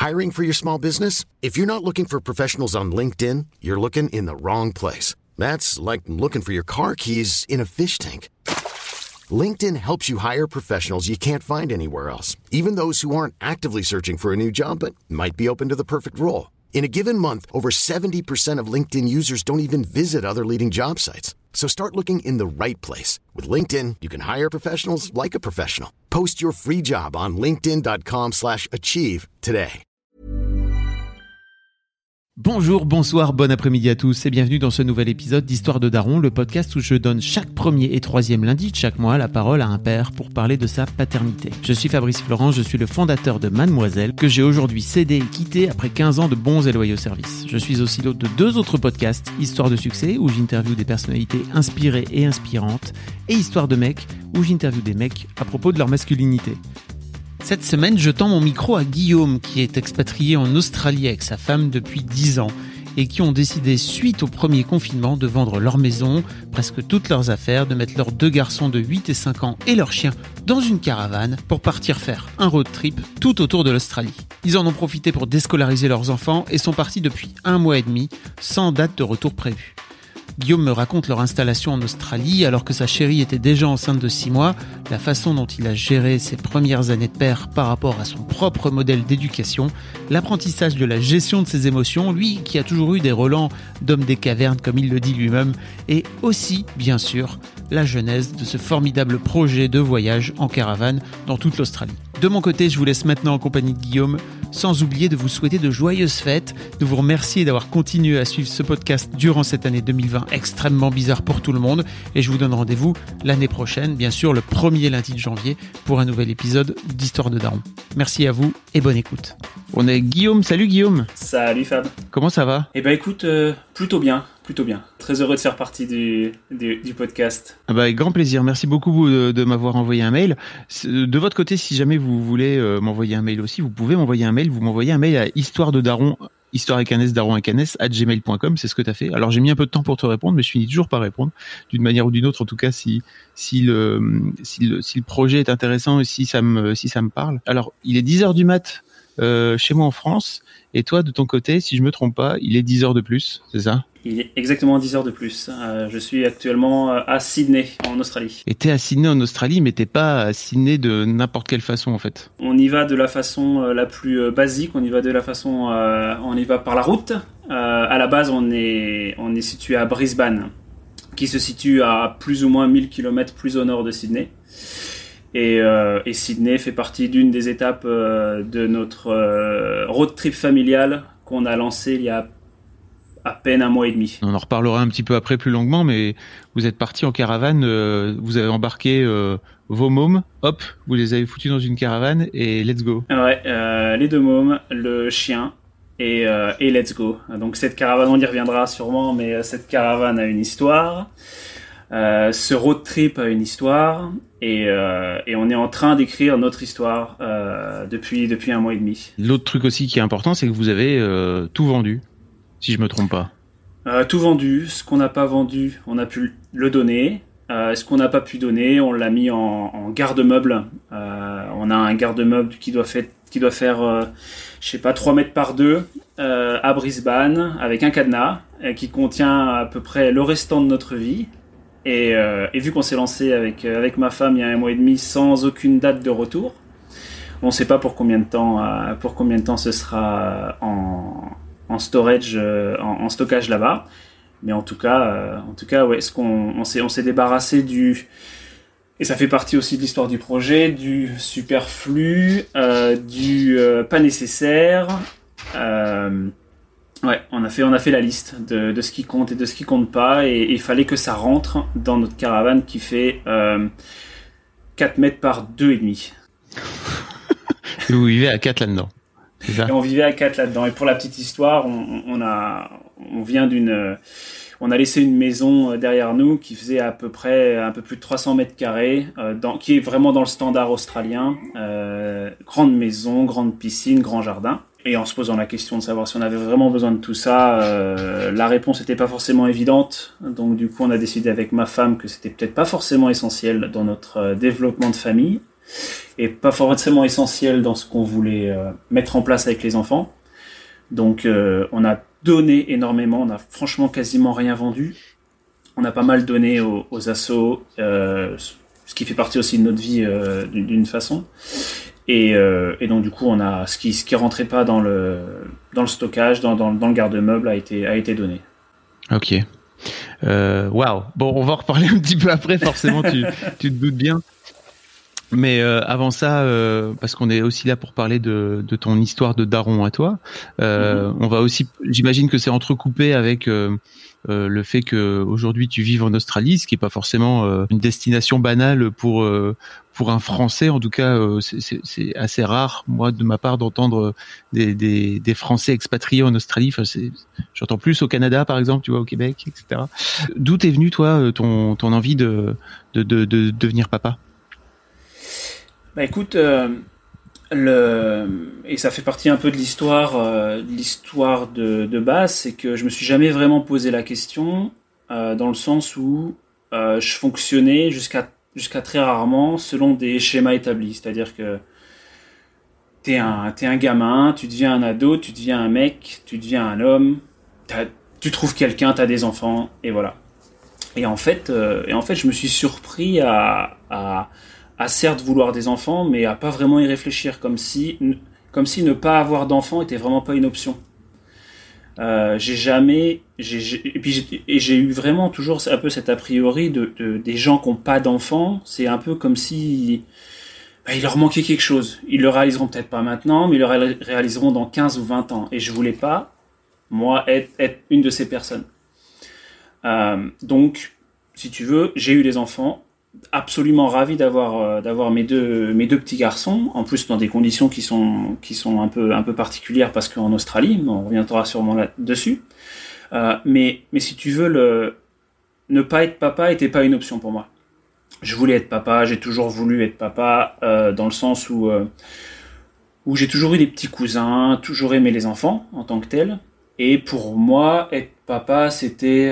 Hiring for your small business? If you're not looking for professionals on LinkedIn, you're looking in the wrong place. That's like looking for your car keys in a fish tank. LinkedIn helps you hire professionals you can't find anywhere else, even those who aren't actively searching for a new job but might be open to the perfect role. In a given month, over 70% of LinkedIn users don't even visit other leading job sites. So start looking in the right place. With LinkedIn, you can hire professionals like a professional. Post your free job on linkedin.com/achieve today. Bonjour, bonsoir, bon après-midi à tous et bienvenue dans ce nouvel épisode d'Histoire de Daron, le podcast où je donne chaque premier et troisième lundi de chaque mois la parole à un père pour parler de sa paternité. Je suis Fabrice Florent, je suis le fondateur de Mademoiselle, que j'ai aujourd'hui cédé et quitté après 15 ans de bons et loyaux services. Je suis aussi l'hôte de deux autres podcasts, Histoire de succès, où j'interviewe des personnalités inspirées et inspirantes, et Histoire de mecs, où j'interviewe des mecs à propos de leur masculinité. Cette semaine, je tends mon micro à Guillaume, qui est expatrié en Australie avec sa femme depuis 10 ans et qui ont décidé, suite au premier confinement, de vendre leur maison, presque toutes leurs affaires, de mettre leurs deux garçons de 8 et 5 ans et leur chien dans une caravane pour partir faire un road trip tout autour de l'Australie. Ils en ont profité pour déscolariser leurs enfants et sont partis depuis 1 mois et demi, sans date de retour prévue. Guillaume me raconte leur installation en Australie alors que sa chérie était déjà enceinte de 6 mois, la façon dont il a géré ses premières années de père par rapport à son propre modèle d'éducation, l'apprentissage de la gestion de ses émotions, lui qui a toujours eu des relents d'homme des cavernes comme il le dit lui-même, et aussi, bien sûr, la genèse de ce formidable projet de voyage en caravane dans toute l'Australie. De mon côté, je vous laisse maintenant en compagnie de Guillaume, sans oublier de vous souhaiter de joyeuses fêtes, de vous remercier d'avoir continué à suivre ce podcast durant cette année 2020 extrêmement bizarre pour tout le monde, et je vous donne rendez-vous l'année prochaine, bien sûr le premier lundi de janvier, pour un nouvel épisode d'Histoire de Daron. Merci à vous et bonne écoute. On est Guillaume, salut Guillaume. Salut Fab. Comment ça va ? Eh ben écoute, plutôt bien. Très heureux de faire partie du podcast. Ah bah avec grand plaisir, merci beaucoup de m'avoir envoyé un mail. De votre côté, si jamais vous voulez m'envoyer un mail aussi, vous pouvez m'envoyer un mail. Vous m'envoyez un mail à histoire de daron, histoire avec un s, daron avec un s, @gmail.com, c'est ce que tu as fait. Alors j'ai mis un peu de temps pour te répondre, mais je finis toujours par répondre, d'une manière ou d'une autre, en tout cas si le projet est intéressant et si ça me parle. Alors il est 10h du mat chez moi en France, et toi de ton côté, si je me trompe pas, il est 10h de plus, c'est ça ? Il est exactement 10 heures de plus. Je suis actuellement à Sydney, en Australie. Et t'es à Sydney en Australie, mais t'es pas à Sydney de n'importe quelle façon en fait. On y va de la façon la plus basique, on y va par la route. À la base, on est situé à Brisbane, qui se situe à plus ou moins 1000 km plus au nord de Sydney. Et Sydney fait partie d'une des étapes de notre road trip familial qu'on a lancé il y a à peine 1 mois et demi. On en reparlera un petit peu après plus longuement, mais vous êtes parti en caravane, vous avez embarqué vos mômes, hop, vous les avez foutus dans une caravane et let's go. Ouais, les 2 mômes, le chien et let's go. Donc cette caravane, on y reviendra sûrement, mais cette caravane a une histoire. Ce road trip a une histoire et on est en train d'écrire notre histoire depuis 1 mois et demi. L'autre truc aussi qui est important, c'est que vous avez tout vendu. Si je me trompe pas. Tout vendu. Ce qu'on n'a pas vendu, on a pu le donner. Ce qu'on n'a pas pu donner, on l'a mis en garde-meuble. On a un garde-meuble qui doit faire 3 mètres par 2 à Brisbane, avec un cadenas qui contient à peu près le restant de notre vie. Et vu qu'on s'est lancé avec ma femme il y a 1 mois et demi sans aucune date de retour, on ne sait pas pour combien de temps ce sera en storage, en stockage là-bas, mais en tout cas ouais, on s'est débarrassé et ça fait partie aussi de l'histoire du projet, du superflu, du pas nécessaire. Ouais, on a fait la liste de ce qui compte et de ce qui compte pas, et il fallait que ça rentre dans notre caravane qui fait 4 mètres par 2,5. Et vous vivez à 4 là-dedans. Et on vivait à 4 là-dedans. Et pour la petite histoire, on a laissé une maison derrière nous qui faisait à peu près un peu plus de 300 mètres carrés, qui est vraiment dans le standard australien. Grande maison, grande piscine, grand jardin. Et en se posant la question de savoir si on avait vraiment besoin de tout ça, la réponse n'était pas forcément évidente. Donc du coup, on a décidé avec ma femme que c'était peut-être pas forcément essentiel dans notre développement de famille. et pas forcément essentiel dans ce qu'on voulait mettre en place avec les enfants. Donc on a donné énormément, on a franchement quasiment rien vendu. On a pas mal donné aux assos, ce qui fait partie aussi de notre vie d'une façon. Et donc du coup, on a ce qui rentrait pas dans le stockage, dans le garde-meuble a été donné. Ok. Waouh. Bon, on va en reparler un petit peu après. Forcément, tu te doutes bien. Mais avant ça, parce qu'on est aussi là pour parler de ton histoire de daron à toi, on va aussi, j'imagine que c'est entrecoupé avec le fait que aujourd'hui tu vives en Australie, ce qui est pas forcément une destination banale pour un Français. En tout cas, c'est assez rare, moi de ma part, d'entendre des Français expatriés en Australie. Enfin, j'entends plus au Canada, par exemple, tu vois, au Québec, etc. D'où t'es venu toi ton envie de devenir papa? Bah écoute, et ça fait partie un peu de l'histoire de base, c'est que je me suis jamais vraiment posé la question, dans le sens où je fonctionnais jusqu'à très rarement selon des schémas établis. C'est-à-dire que t'es un gamin, tu deviens un ado, tu deviens un mec, tu deviens un homme, tu trouves quelqu'un, t'as des enfants, et voilà. Et en fait, je me suis surpris à certes vouloir des enfants, mais à pas vraiment y réfléchir, comme si ne pas avoir d'enfants était vraiment pas une option. J'ai eu vraiment toujours un peu cet a priori des gens qui n'ont pas d'enfants. C'est un peu comme si il leur manquait quelque chose. Ils le réaliseront peut-être pas maintenant, mais ils le réaliseront dans 15 ou 20 ans. Et je voulais pas, moi, être une de ces personnes. Donc, si tu veux, j'ai eu des enfants. Absolument ravi d'avoir mes deux petits garçons, en plus dans des conditions qui sont un peu particulières parce qu'en Australie, on reviendra sûrement là-dessus. Mais si tu veux, ne pas être papa était pas une option pour moi. Je voulais être papa, j'ai toujours voulu être papa, dans le sens où j'ai toujours eu des petits cousins, toujours aimé les enfants en tant que tels. Et pour moi, être papa, c'était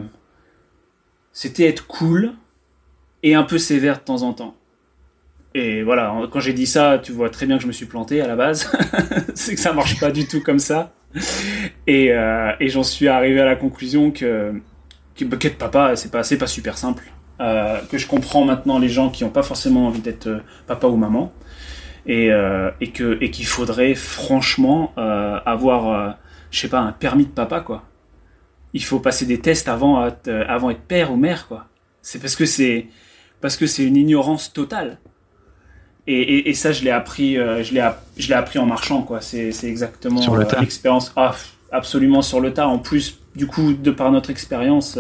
être cool et un peu sévère de temps en temps. Et voilà, quand j'ai dit ça, tu vois très bien que je me suis planté à la base. C'est que ça marche pas du tout comme ça. Et j'en suis arrivé à la conclusion qu'être papa, c'est pas super simple. Que je comprends maintenant les gens qui n'ont pas forcément envie d'être papa ou maman. Et qu'il faudrait franchement avoir, je sais pas, un permis de papa, quoi. Il faut passer des tests avant être père ou mère, quoi. C'est parce que c'est une ignorance totale. Et ça, je l'ai appris en marchant, quoi. C'est exactement sur le tas. L'expérience. Ah, absolument sur le tas. En plus, du coup, de par notre expérience,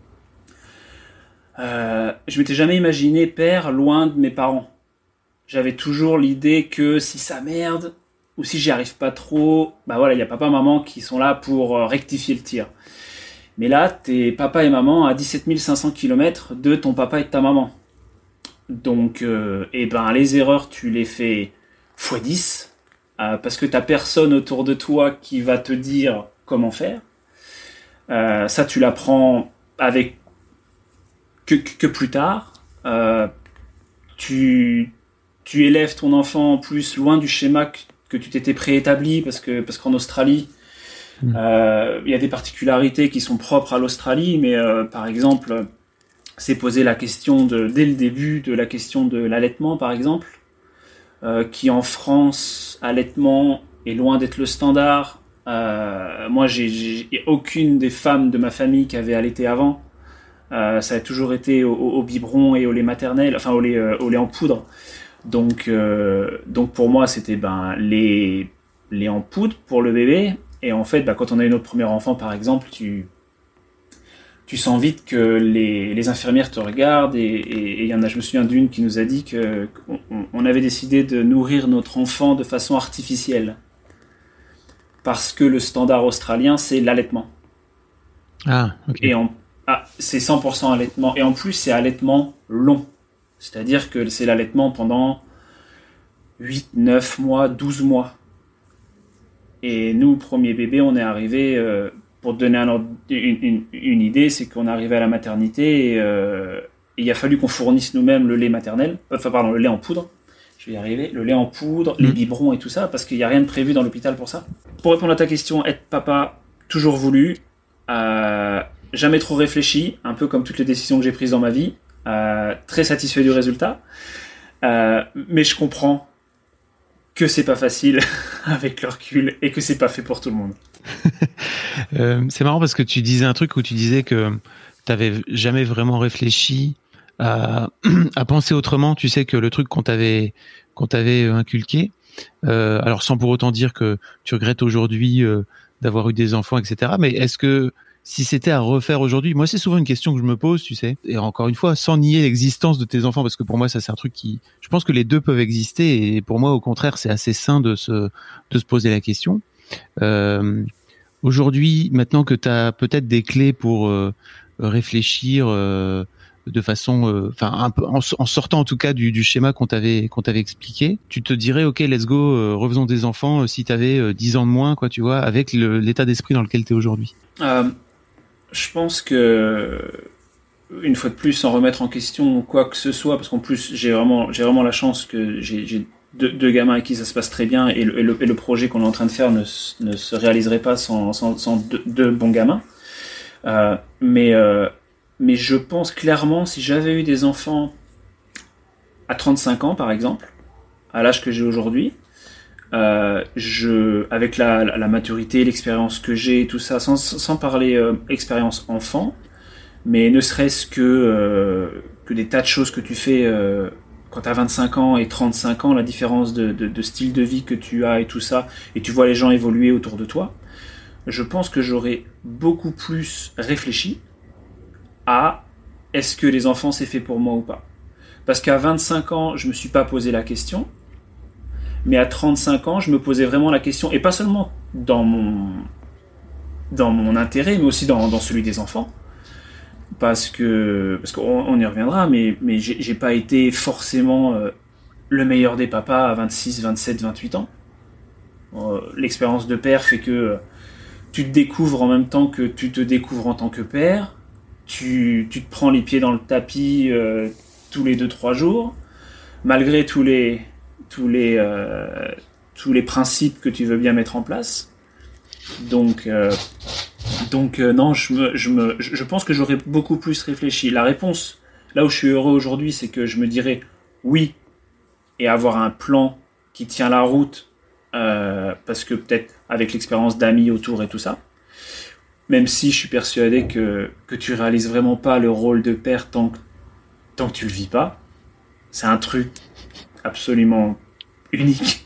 je m'étais jamais imaginé père loin de mes parents. J'avais toujours l'idée que si ça merde ou si j'y arrive pas trop, bah voilà, il y a papa, maman qui sont là pour rectifier le tir. Mais là, t'es papa et maman à 17 500 km de ton papa et de ta maman. Donc, les erreurs, tu les fais x10, parce que t'as personne autour de toi qui va te dire comment faire. Ça, tu l'apprends avec que plus tard. Tu élèves ton enfant en plus loin du schéma que tu t'étais préétabli, parce qu'en Australie, il y a des particularités qui sont propres à l'Australie, mais par exemple, c'est poser la question dès le début de la question de l'allaitement, par exemple, qui en France, allaitement est loin d'être le standard. Moi, j'ai aucune des femmes de ma famille qui avait allaité avant. Ça a toujours été au biberon et au lait maternel, enfin au lait en poudre. Donc pour moi, c'était lait en poudre pour le bébé. Et en fait, quand on a eu notre premier enfant, par exemple, tu sens vite que les infirmières te regardent, et y en a, je me souviens d'une qui nous a dit qu'on avait décidé de nourrir notre enfant de façon artificielle. Parce que le standard australien, c'est l'allaitement. Ah, ok. C'est 100% allaitement. Et en plus, c'est allaitement long. C'est-à-dire que c'est l'allaitement pendant 8, 9 mois, 12 mois. Et nous, premier bébé, on est arrivé, pour te donner une idée, c'est qu'on est arrivé à la maternité et il a fallu qu'on fournisse nous-mêmes le lait maternel, le lait en poudre. je vais y arriver, le lait en poudre, les biberons et tout ça, parce qu'il n'y a rien de prévu dans l'hôpital pour ça. Pour répondre à ta question, être papa, toujours voulu, jamais trop réfléchi, un peu comme toutes les décisions que j'ai prises dans ma vie, très satisfait du résultat, mais je comprends que c'est pas facile avec le recul et que c'est pas fait pour tout le monde. C'est marrant parce que tu disais un truc où tu disais que t'avais jamais vraiment réfléchi à penser autrement. Tu sais que le truc qu'on t'avait inculqué, alors sans pour autant dire que tu regrettes aujourd'hui d'avoir eu des enfants, etc. Mais est-ce que si c'était à refaire aujourd'hui, moi c'est souvent une question que je me pose, tu sais, et encore une fois, sans nier l'existence de tes enfants, parce que pour moi ça c'est un truc je pense que les deux peuvent exister, et pour moi au contraire c'est assez sain de se poser la question. Aujourd'hui, maintenant que tu as peut-être des clés pour réfléchir de façon, un peu en sortant en tout cas du schéma qu'on t'avait expliqué, tu te dirais ok, let's go, refaisons des enfants si tu avais 10 ans de moins, quoi, tu vois, avec l'état d'esprit dans lequel tu es aujourd'hui. Je pense que, une fois de plus, sans remettre en question quoi que ce soit, parce qu'en plus j'ai vraiment la chance que j'ai deux gamins avec qui ça se passe très bien, et le projet qu'on est en train de faire ne se réaliserait pas sans deux bons gamins. Mais je pense clairement, si j'avais eu des enfants à 35 ans par exemple, à l'âge que j'ai aujourd'hui, avec la maturité, l'expérience que j'ai, tout ça, sans parler expérience enfant, mais ne serait-ce que des tas de choses que tu fais quand tu as 25 ans et 35 ans, la différence de style de vie que tu as et tout ça, et tu vois les gens évoluer autour de toi, je pense que j'aurais beaucoup plus réfléchi à est-ce que les enfants c'est fait pour moi ou pas. Parce qu'à 25 ans, je me suis pas posé la question, mais à 35 ans, je me posais vraiment la question, et pas seulement dans mon intérêt, mais aussi dans celui des enfants. Parce qu'on y reviendra, mais j'ai pas été forcément le meilleur des papas à 26, 27, 28 ans. L'expérience de père fait que tu te découvres en même temps que tu te découvres en tant que père. Tu te prends les pieds dans le tapis tous les 2-3 jours, malgré tous les principes que tu veux bien mettre en place. Donc non, je pense que j'aurais beaucoup plus réfléchi. La réponse, là où je suis heureux aujourd'hui, c'est que je me dirais oui, et avoir un plan qui tient la route, parce que peut-être avec l'expérience d'amis autour et tout ça, même si je suis persuadé que tu réalises vraiment pas le rôle de père tant que tu le vis pas. C'est un truc absolument unique.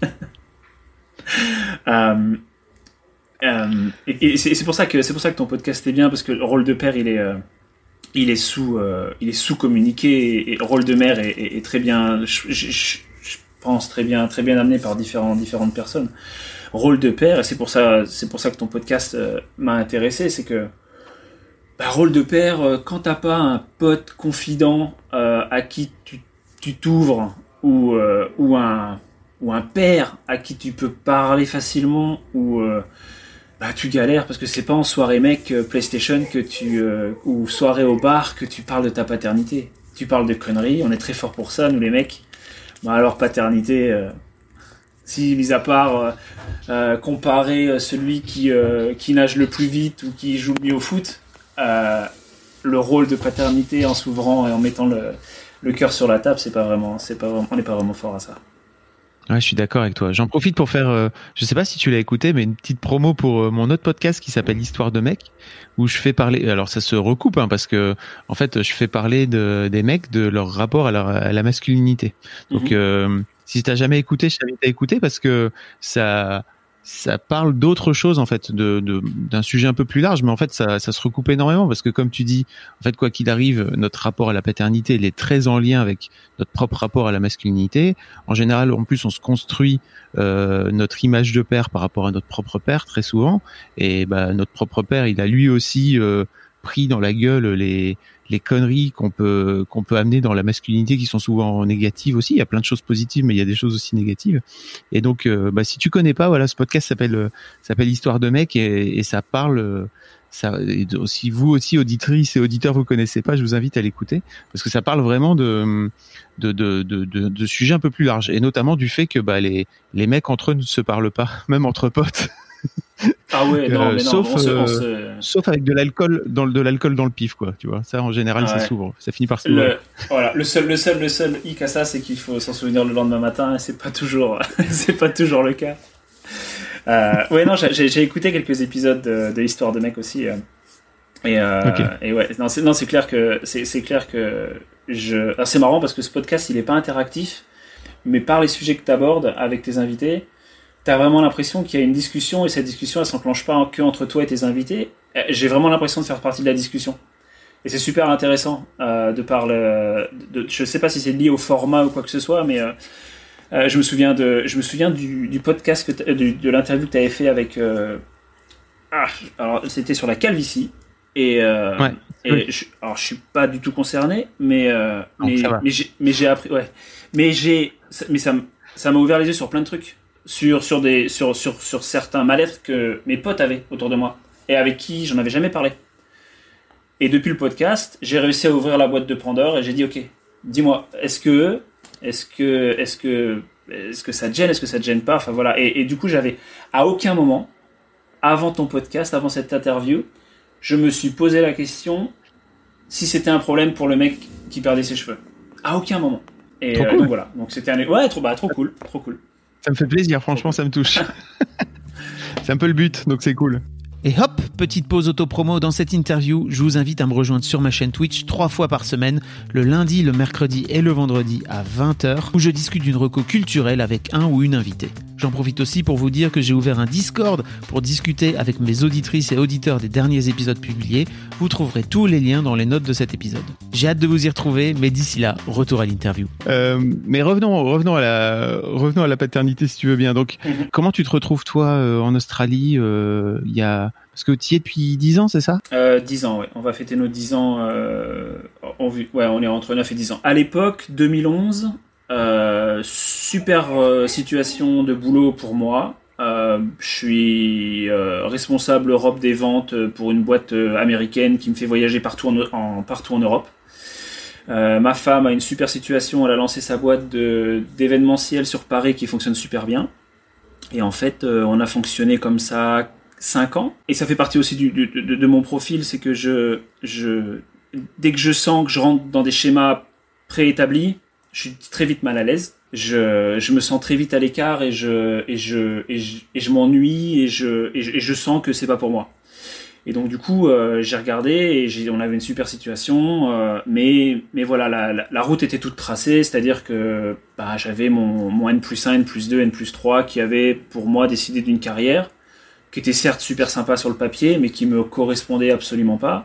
Et c'est pour ça que ton podcast est bien, parce que le rôle de père il est sous-communiqué, et le rôle de mère est très bien, je pense très bien amené par différentes personnes. Rôle de père, et c'est pour ça que ton podcast m'a intéressé, c'est que rôle de père, quand t'as pas un pote confident à qui tu t'ouvres, ou un père à qui tu peux parler facilement, ou tu galères, parce que c'est pas en soirée mec PlayStation ou soirée au bar que tu parles de ta paternité. Tu parles de conneries, on est très fort pour ça, nous les mecs. Alors paternité, si mis à part comparer celui qui nage le plus vite ou qui joue le mieux au foot, le rôle de paternité en s'ouvrant et en mettant le cœur sur la table, on n'est pas vraiment fort à ça. Ouais, je suis d'accord avec toi. J'en profite pour faire, je sais pas si tu l'as écouté, mais une petite promo pour mon autre podcast qui s'appelle Histoire de mecs, où je fais parler, alors ça se recoupe, parce que en fait je fais parler des mecs, de leur rapport à la masculinité. Donc si t'as jamais écouté, je t'invite à écouter, parce que ça parle d'autre chose, en fait, d'un sujet un peu plus large, mais en fait ça se recoupe énormément, parce que comme tu dis, en fait, quoi qu'il arrive, notre rapport à la paternité, il est très en lien avec notre propre rapport à la masculinité. En général, en plus, on se construit notre image de père par rapport à notre propre père très souvent, et notre propre père, il a lui aussi pris dans la gueule les conneries qu'on peut amener dans la masculinité, qui sont souvent négatives aussi. Il y a plein de choses positives, mais il y a des choses aussi négatives. Et donc, si tu connais pas, voilà, ce podcast s'appelle Histoire de mec, et ça parle ça, si vous aussi, auditrices et auditeurs, vous connaissez pas, je vous invite à l'écouter parce que ça parle vraiment de sujets un peu plus larges et notamment du fait que les mecs entre eux ne se parlent pas, même entre potes. Ah ouais, non, mais sauf avec de l'alcool dans le pif, quoi. Tu vois, ça en général, ça s'ouvre, ça finit par s'ouvrir. Voilà, le seul hic à ça, c'est qu'il faut s'en souvenir le lendemain matin. Et c'est pas toujours le cas. Ouais, non, j'ai écouté quelques épisodes de l'histoire de mec aussi. Et ouais, c'est clair que c'est marrant parce que ce podcast, il est pas interactif, mais par les sujets que t'abordes avec tes invités, t'as vraiment l'impression qu'il y a une discussion et cette discussion, elle s'enclenche pas que entre toi et tes invités. J'ai vraiment l'impression de faire partie de la discussion. Et c'est super intéressant je sais pas si c'est lié au format ou quoi que ce soit, mais je me souviens du podcast de l'interview que tu avais fait avec alors c'était sur la calvitie et je suis pas du tout concerné, mais j'ai appris, mais ça m'a ouvert les yeux sur plein de trucs, sur certains mal-être que mes potes avaient autour de moi et avec qui j'en avais jamais parlé. Et depuis le podcast, j'ai réussi à ouvrir la boîte de Pandore et j'ai dit, ok, dis-moi, est-ce que ça te gêne, est-ce que ça te gêne pas, enfin voilà. Et du coup, j'avais à aucun moment, avant ton podcast, avant cette interview, je me suis posé la question si c'était un problème pour le mec qui perdait ses cheveux. À aucun moment. Et cool. Donc voilà. Donc c'était trop cool. Ça me fait plaisir, franchement, ça me touche. C'est un peu le but, donc c'est cool. Et hop, petite pause auto-promo dans cette interview. Je vous invite à me rejoindre sur ma chaîne Twitch 3 fois par semaine, le lundi, le mercredi et le vendredi à 20h, où je discute d'une reco culturelle avec un ou une invitée. J'en profite aussi pour vous dire que j'ai ouvert un Discord pour discuter avec mes auditrices et auditeurs des derniers épisodes publiés. Vous trouverez tous les liens dans les notes de cet épisode. J'ai hâte de vous y retrouver, mais d'ici là, retour à l'interview. Mais revenons à la paternité, si tu veux bien. Donc, comment tu te retrouves toi en Australie parce que tu y es depuis 10 ans, c'est ça 10 ans, ouais. On va fêter nos 10 ans. On est entre 9 et 10 ans. À l'époque, 2011, super situation de boulot pour moi. Je suis responsable Europe des ventes pour une boîte américaine qui me fait voyager partout en Europe. Ma femme a une super situation. Elle a lancé sa boîte d'événementiel sur Paris qui fonctionne super bien. Et en fait, on a fonctionné comme ça 5 ans, et ça fait partie aussi de mon profil, c'est que dès que je sens que je rentre dans des schémas préétablis, je suis très vite mal à l'aise. Je me sens très vite à l'écart et je m'ennuie et je sens que c'est pas pour moi. Et donc du coup, j'ai regardé et on avait une super situation, mais voilà, la route était toute tracée, c'est-à-dire que j'avais mon N+1, N+2, N+3 qui avait pour moi décidé d'une carrière qui était certes super sympa sur le papier, mais qui me correspondait absolument pas.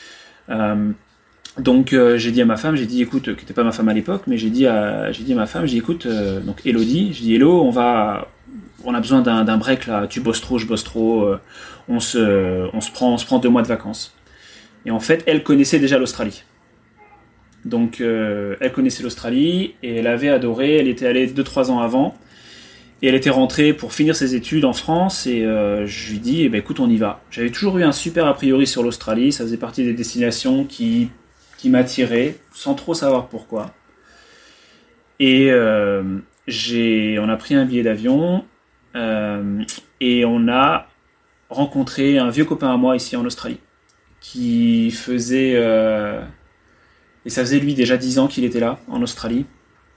Donc j'ai dit à ma femme, écoute, qui n'était pas ma femme à l'époque, mais j'ai dit à ma femme, écoute, donc Elodie, j'ai dit Hello, on a besoin d'un break là, tu bosses trop, je bosse trop, on se prend 2 mois de vacances. Et en fait, elle connaissait déjà l'Australie. Donc elle connaissait l'Australie et elle avait adoré, elle était allée 2-3 ans avant. Et elle était rentrée pour finir ses études en France et je lui dis écoute, on y va. J'avais toujours eu un super a priori sur l'Australie, ça faisait partie des destinations qui m'attiraient sans trop savoir pourquoi. Et on a pris un billet d'avion et on a rencontré un vieux copain à moi ici en Australie qui faisait et ça faisait lui déjà 10 ans qu'il était là en Australie.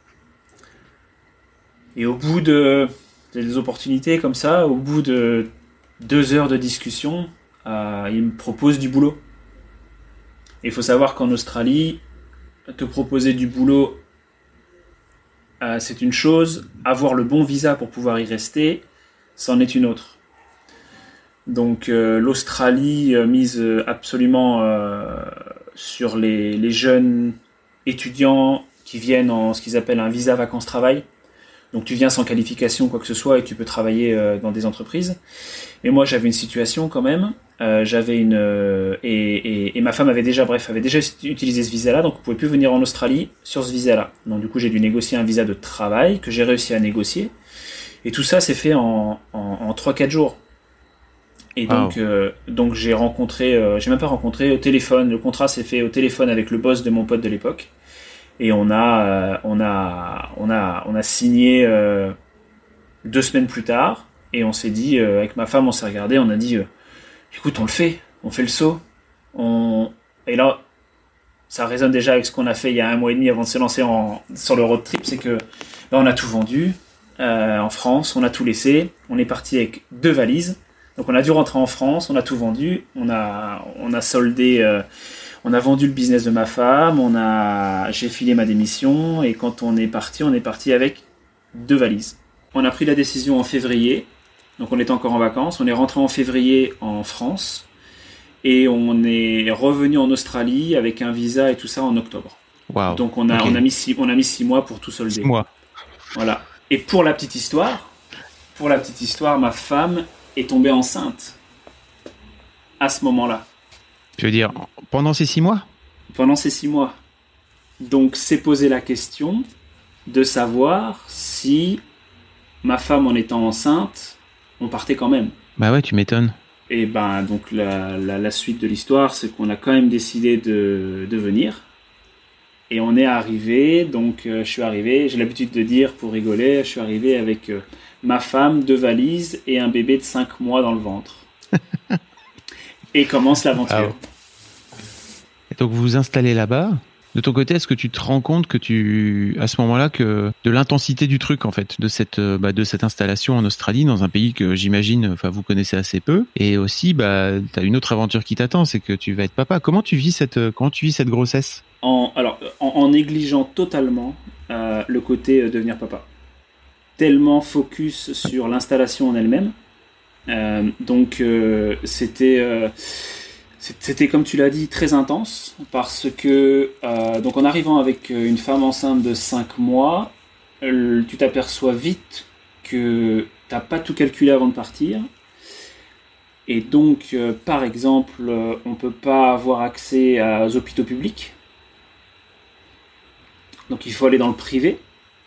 Et au bout des opportunités comme ça, au bout de 2 heures de discussion, il me propose du boulot. Et il faut savoir qu'en Australie, te proposer du boulot, c'est une chose. Avoir le bon visa pour pouvoir y rester, c'en est une autre. Donc l'Australie mise absolument sur les jeunes étudiants qui viennent en ce qu'ils appellent un visa vacances-travail. Donc tu viens sans qualification ou quoi que ce soit et tu peux travailler dans des entreprises. Et moi j'avais une situation quand même. Et ma femme avait déjà utilisé ce visa-là, donc on pouvait plus venir en Australie sur ce visa-là. Donc du coup j'ai dû négocier un visa de travail que j'ai réussi à négocier. Et tout ça s'est fait en 3-4 jours. Et donc j'ai même pas rencontré au téléphone. Le contrat s'est fait au téléphone avec le boss de mon pote de l'époque. Et on a signé 2 semaines plus tard. Et on s'est dit, avec ma femme, on s'est regardé, on a dit, écoute, on fait le saut. Et là, ça résonne déjà avec ce qu'on a fait il y a 1 mois et demi avant de se lancer sur le road trip, c'est que là, on a tout vendu en France, on a tout laissé, on est parti avec 2 valises. Donc on a dû rentrer en France, on a tout vendu, on a soldé, on a vendu le business de ma femme, j'ai filé ma démission, et quand on est parti avec 2 valises. On a pris la décision en février, donc on était encore en vacances, on est rentré en février en France, et on est revenu en Australie avec un visa et tout ça en octobre. Wow. Donc on a mis 6 mois pour tout solder. 6 mois. Voilà. Et pour la petite histoire, ma femme est tombée enceinte à ce moment-là. Tu veux dire pendant ces 6 mois ? Pendant ces 6 mois. Donc c'est poser la question de savoir si ma femme, en étant enceinte, on partait quand même. Bah ouais, tu m'étonnes. Et donc la suite de l'histoire, c'est qu'on a quand même décidé de venir. Et on est arrivé, donc je suis arrivé, j'ai l'habitude de dire pour rigoler, je suis arrivé avec ma femme, 2 valises et un bébé de 5 mois dans le ventre. Et commence l'aventure. Ah ouais. Et donc vous vous installez là-bas. De ton côté, est-ce que tu te rends compte à ce moment-là, de l'intensité du truc, en fait, de cette installation en Australie, dans un pays que j'imagine, vous connaissez assez peu, et aussi, t'as une autre aventure qui t'attend, c'est que tu vas être papa. Comment tu vis cette grossesse ? En négligeant totalement le côté devenir papa. Tellement focus sur l'installation en elle-même. Donc c'était, comme tu l'as dit, très intense, parce que donc en arrivant avec une femme enceinte de 5 mois, tu t'aperçois vite que t'as pas tout calculé avant de partir. Et donc, par exemple, on peut pas avoir accès aux hôpitaux publics. Donc il faut aller dans le privé.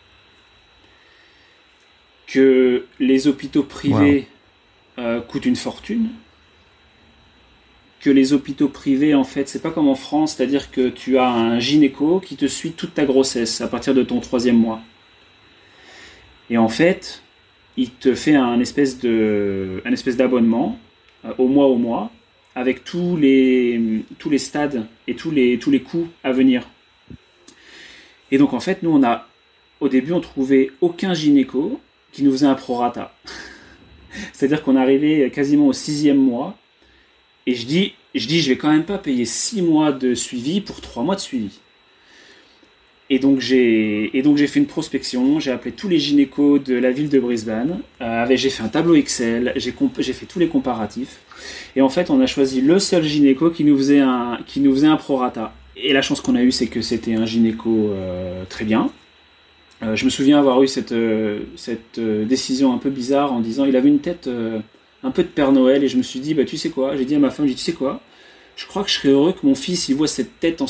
Que les hôpitaux privés coûtent une fortune. Que les hôpitaux privés, en fait, c'est pas comme en France, c'est-à-dire que tu as un gynéco qui te suit toute ta grossesse à partir de ton 3e mois. Et en fait, il te fait un espèce d'abonnement au mois, avec tous les stades et tous les coûts à venir. Et donc en fait, nous au début, on trouvait aucun gynéco qui nous faisait un prorata. C'est-à-dire qu'on arrivait quasiment au 6e mois. Et je dis, je vais quand même pas payer 6 mois de suivi pour 3 mois de suivi. Et donc j'ai fait une prospection, j'ai appelé tous les gynécos de la ville de Brisbane, j'ai fait un tableau Excel, j'ai fait tous les comparatifs. Et en fait, on a choisi le seul gynéco qui nous faisait un prorata. Et la chance qu'on a eue, c'est que c'était un gynéco très bien. Je me souviens avoir eu cette décision un peu bizarre en disant, il avait une tête un peu de Père Noël, et je me suis dit, tu sais quoi, j'ai dit à ma femme, tu sais quoi, je crois que je serais heureux que mon fils il voit cette tête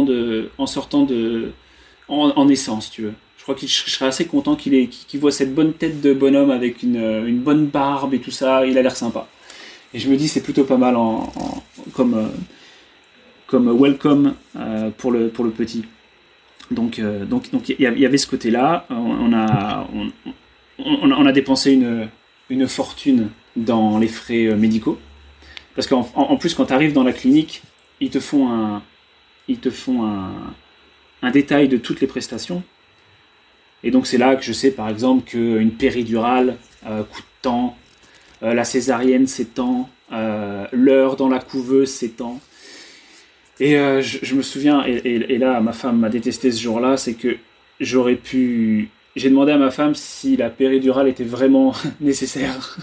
en naissance, tu veux. Je crois que je serais assez content qu'il voit cette bonne tête de bonhomme avec une bonne barbe et tout ça, il a l'air sympa. Et je me dis, c'est plutôt pas mal comme welcome pour le petit. Donc il y avait ce côté-là. On a dépensé une fortune dans les frais médicaux, parce qu'en plus, quand tu arrives dans la clinique, ils te font un détail de toutes les prestations. Et donc c'est là que je sais par exemple qu'une péridurale coûte tant, la césarienne c'est tant, l'heure dans la couveuse c'est tant. Et je me souviens, et là ma femme m'a détesté ce jour-là, c'est que j'ai demandé à ma femme si la péridurale était vraiment nécessaire.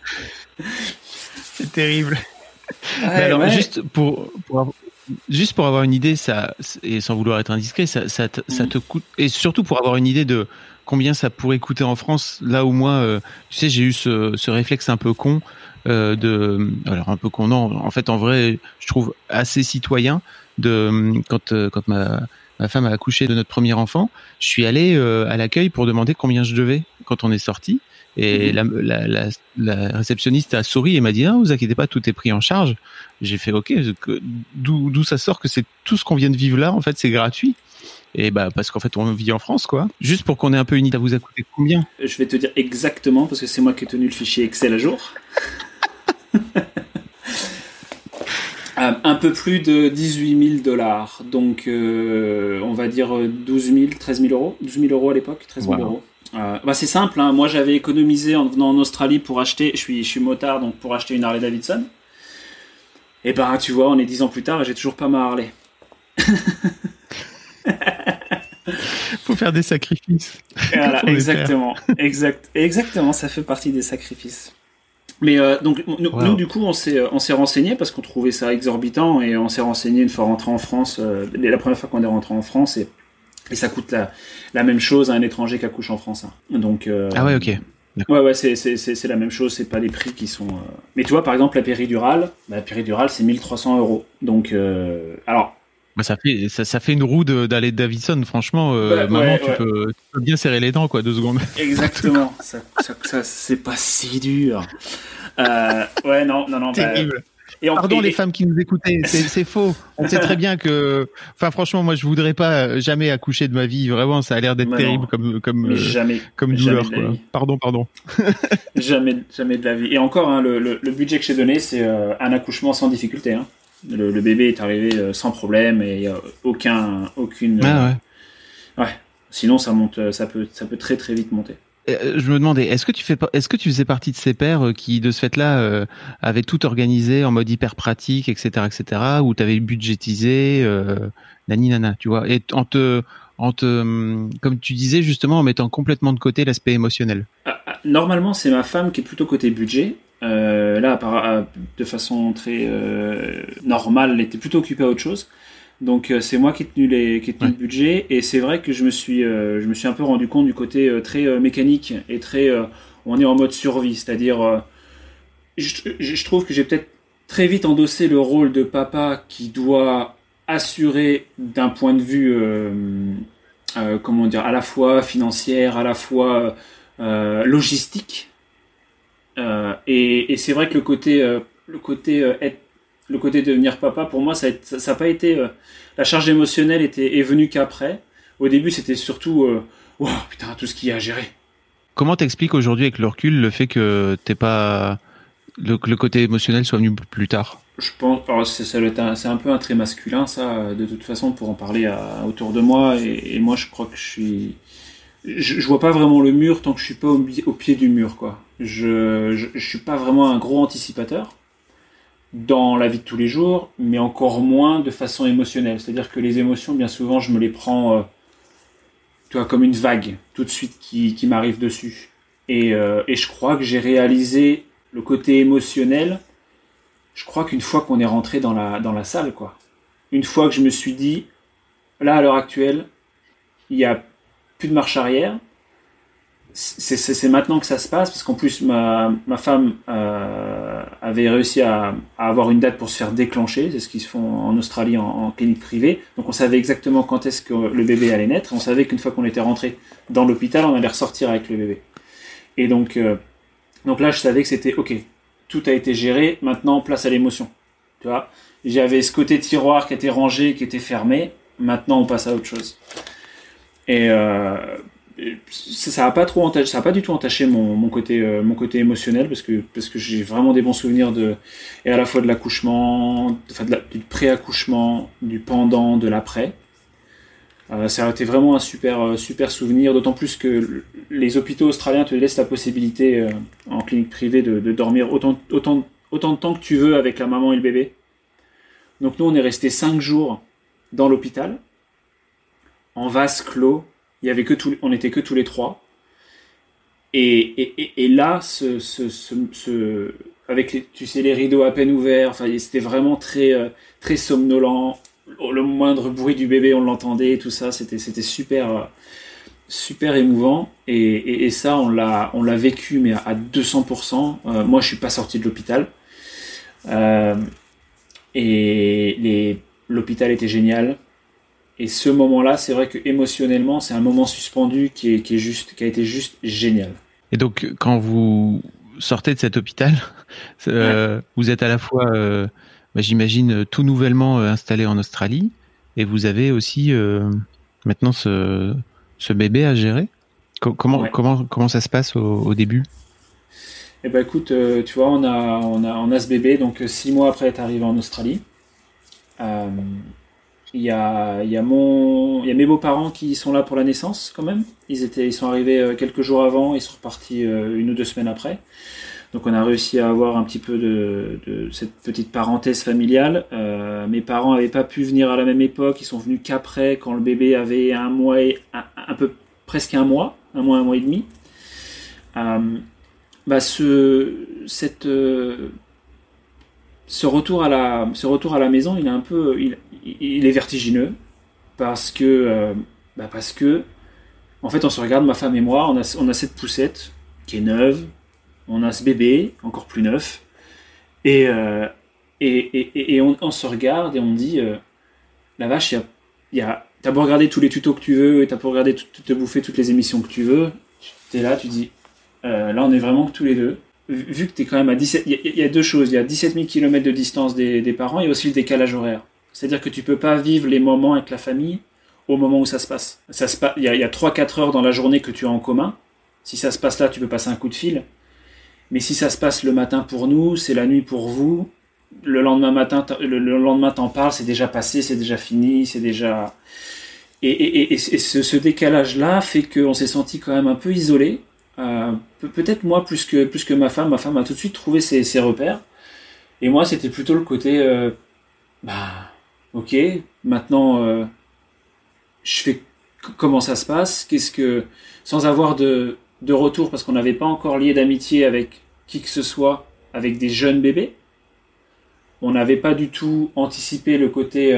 C'est terrible. Ouais, alors ouais. Juste pour avoir une idée, ça, et sans vouloir être indiscret, ça te coûte, et surtout pour avoir une idée de combien ça pourrait coûter en France, là où moi, tu sais, j'ai eu ce réflexe un peu con, alors un peu con, non, en fait, en vrai, je trouve assez citoyen quand ma femme a accouché de notre premier enfant, je suis allé à l'accueil pour demander combien je devais quand on est sorti. Et la réceptionniste a souri et m'a dit non, vous inquiétez pas, tout est pris en charge. J'ai fait ok, d'où ça sort que c'est tout ce qu'on vient de vivre là, en fait, c'est gratuit. Et bah parce qu'en fait on vit en France quoi. Juste pour qu'on ait un peu une idée, ça vous a coûté combien? Je vais te dire exactement parce que c'est moi qui ai tenu le fichier Excel à jour. Un peu plus de $18,000, donc on va dire 12 000, 13 000 euros. 12 000 euros à l'époque, 13 000 euros. C'est simple, hein. Moi j'avais économisé en venant en Australie pour acheter, je suis motard, donc pour acheter une Harley Davidson. Et ben tu vois, on est 10 ans plus tard et j'ai toujours pas ma Harley. Faut faire des sacrifices. Voilà, exactement. Exactement, ça fait partie des sacrifices. Mais donc nous du coup on s'est renseigné parce qu'on trouvait ça exorbitant et on s'est renseigné une fois rentré en France, la première fois qu'on est rentré en France et ça coûte la même chose à un étranger qui accouche en France. Hein. Donc ah ouais, ok. Ouais, c'est la même chose, c'est pas des prix qui sont. Mais tu vois, par exemple, la péridurale, c'est 1 300 euros. Donc alors. Bah, ça fait une roue d'aller Davidson, franchement. Maman, tu peux bien serrer les dents, quoi, 2 secondes. Exactement. ça c'est pas si dur. Ouais, non. Terrible. Pardon les femmes qui nous écoutaient, c'est faux. On sait très bien que, enfin franchement, moi je voudrais pas jamais accoucher de ma vie. Vraiment, ça a l'air d'être terrible comme douleur. Quoi. Pardon. jamais de la vie. Et encore, hein, le budget que j'ai donné, c'est un accouchement sans difficulté. Hein. Le bébé est arrivé sans problème et il y a aucune. Ouais. Sinon, ça monte, ça peut très très vite monter. Je me demandais, est-ce que tu faisais partie de ces pères qui, de ce fait-là, avaient tout organisé en mode hyper pratique, etc., ou t'avais budgétisé, nani, tu vois, et comme tu disais justement, en mettant complètement de côté l'aspect émotionnel. Normalement, c'est ma femme qui est plutôt côté budget. Là, de façon très normale, elle était plutôt occupée à autre chose. Donc c'est moi qui ai tenu le budget et c'est vrai que je me suis un peu rendu compte du côté très mécanique et très on est en mode survie, c'est-à-dire je trouve que j'ai peut-être très vite endossé le rôle de papa qui doit assurer d'un point de vue à la fois financière, à la fois logistique et c'est vrai que le côté devenir papa, pour moi, ça n'a pas été. La charge émotionnelle est venue qu'après. Au début, c'était surtout wow, putain, tout ce qu'il y a à gérer. Comment t'expliques aujourd'hui, avec le recul, le fait que t'es pas le côté émotionnel soit venu plus tard? Je pense, c'est un peu un trait masculin, ça. De toute façon, pour en parler autour de moi, et moi, je crois que je vois pas vraiment le mur tant que je suis pas au pied du mur, quoi. Je suis pas vraiment un gros anticipateur dans la vie de tous les jours, mais encore moins de façon émotionnelle. C'est-à-dire que les émotions, bien souvent, je me les prends comme une vague, tout de suite, qui m'arrive dessus. Et je crois que j'ai réalisé le côté émotionnel, je crois qu'une fois qu'on est rentré dans la salle, quoi. Une fois que je me suis dit, là, à l'heure actuelle, il n'y a plus de marche arrière, c'est maintenant que ça se passe, parce qu'en plus ma femme avait réussi à avoir une date pour se faire déclencher, c'est ce qu'ils se font en Australie en clinique privée, donc on savait exactement quand est-ce que le bébé allait naître, et on savait qu'une fois qu'on était rentré dans l'hôpital, on allait ressortir avec le bébé. Et donc là je savais que c'était ok, tout a été géré, maintenant place à l'émotion. Tu vois, j'avais ce côté tiroir qui était rangé, qui était fermé, maintenant on passe à autre chose. Et ça a pas du tout entaché mon côté émotionnel parce que j'ai vraiment des bons souvenirs et à la fois de l'accouchement, du pré-accouchement, du pendant, de l'après. Ça a été vraiment un super souvenir, d'autant plus que les hôpitaux australiens te laissent la possibilité en clinique privée de dormir autant de temps que tu veux avec la maman et le bébé. Donc nous on est resté 5 jours dans l'hôpital en vase clos. On était que tous les 3. Et là, avec les rideaux à peine ouverts, c'était vraiment très, très somnolent. Le moindre bruit du bébé, on l'entendait, tout ça, c'était super, super émouvant. Et ça, on l'a vécu, mais à 200%. Moi, je suis pas sorti de l'hôpital. L'hôpital était génial. Et ce moment-là, c'est vrai que émotionnellement, c'est un moment suspendu qui a été juste génial. Et donc, quand vous sortez de cet hôpital, vous êtes à la fois, j'imagine, tout nouvellement installé en Australie, et vous avez aussi maintenant ce bébé à gérer. Comment ça se passe au début? Eh ben écoute, tu vois, on a ce bébé, donc 6 mois après être arrivé en Australie. Il y a mes beaux-parents qui sont là pour la naissance quand même. Ils sont arrivés quelques jours avant, ils sont repartis 1 ou 2 semaines après. Donc on a réussi à avoir un petit peu de cette petite parenthèse familiale. Mes parents n'avaient pas pu venir à la même époque, ils sont venus qu'après, quand le bébé avait presque un mois et demi. Ce retour à la maison, il est vertigineux parce que en fait on se regarde, ma femme et moi, on a cette poussette qui est neuve, on a ce bébé encore plus neuf et on se regarde et on dit la vache, t'as beau regarder tous les tutos que tu veux et t'as beau regarder te bouffer toutes les émissions que tu veux, t'es là, tu dis là on est vraiment que tous les deux. Vu que tu es quand même à 17... Il y a deux choses. Il y a 17 000 km de distance des parents et aussi le décalage horaire. C'est-à-dire que tu peux pas vivre les moments avec la famille au moment où ça se passe. Il y a 3-4 heures dans la journée que tu as en commun. Si ça se passe là, tu peux passer un coup de fil. Mais si ça se passe le matin pour nous, c'est la nuit pour vous. Le lendemain t'en parles, c'est déjà passé, c'est déjà fini, c'est déjà... Et ce décalage-là fait qu'on s'est senti quand même un peu isolé. Peut-être moi plus que ma femme a tout de suite trouvé ses repères, et moi c'était plutôt le côté ok, maintenant je fais comment ça se passe, sans avoir de retour, parce qu'on n'avait pas encore lié d'amitié avec qui que ce soit, avec des jeunes bébés, on n'avait pas du tout anticipé le côté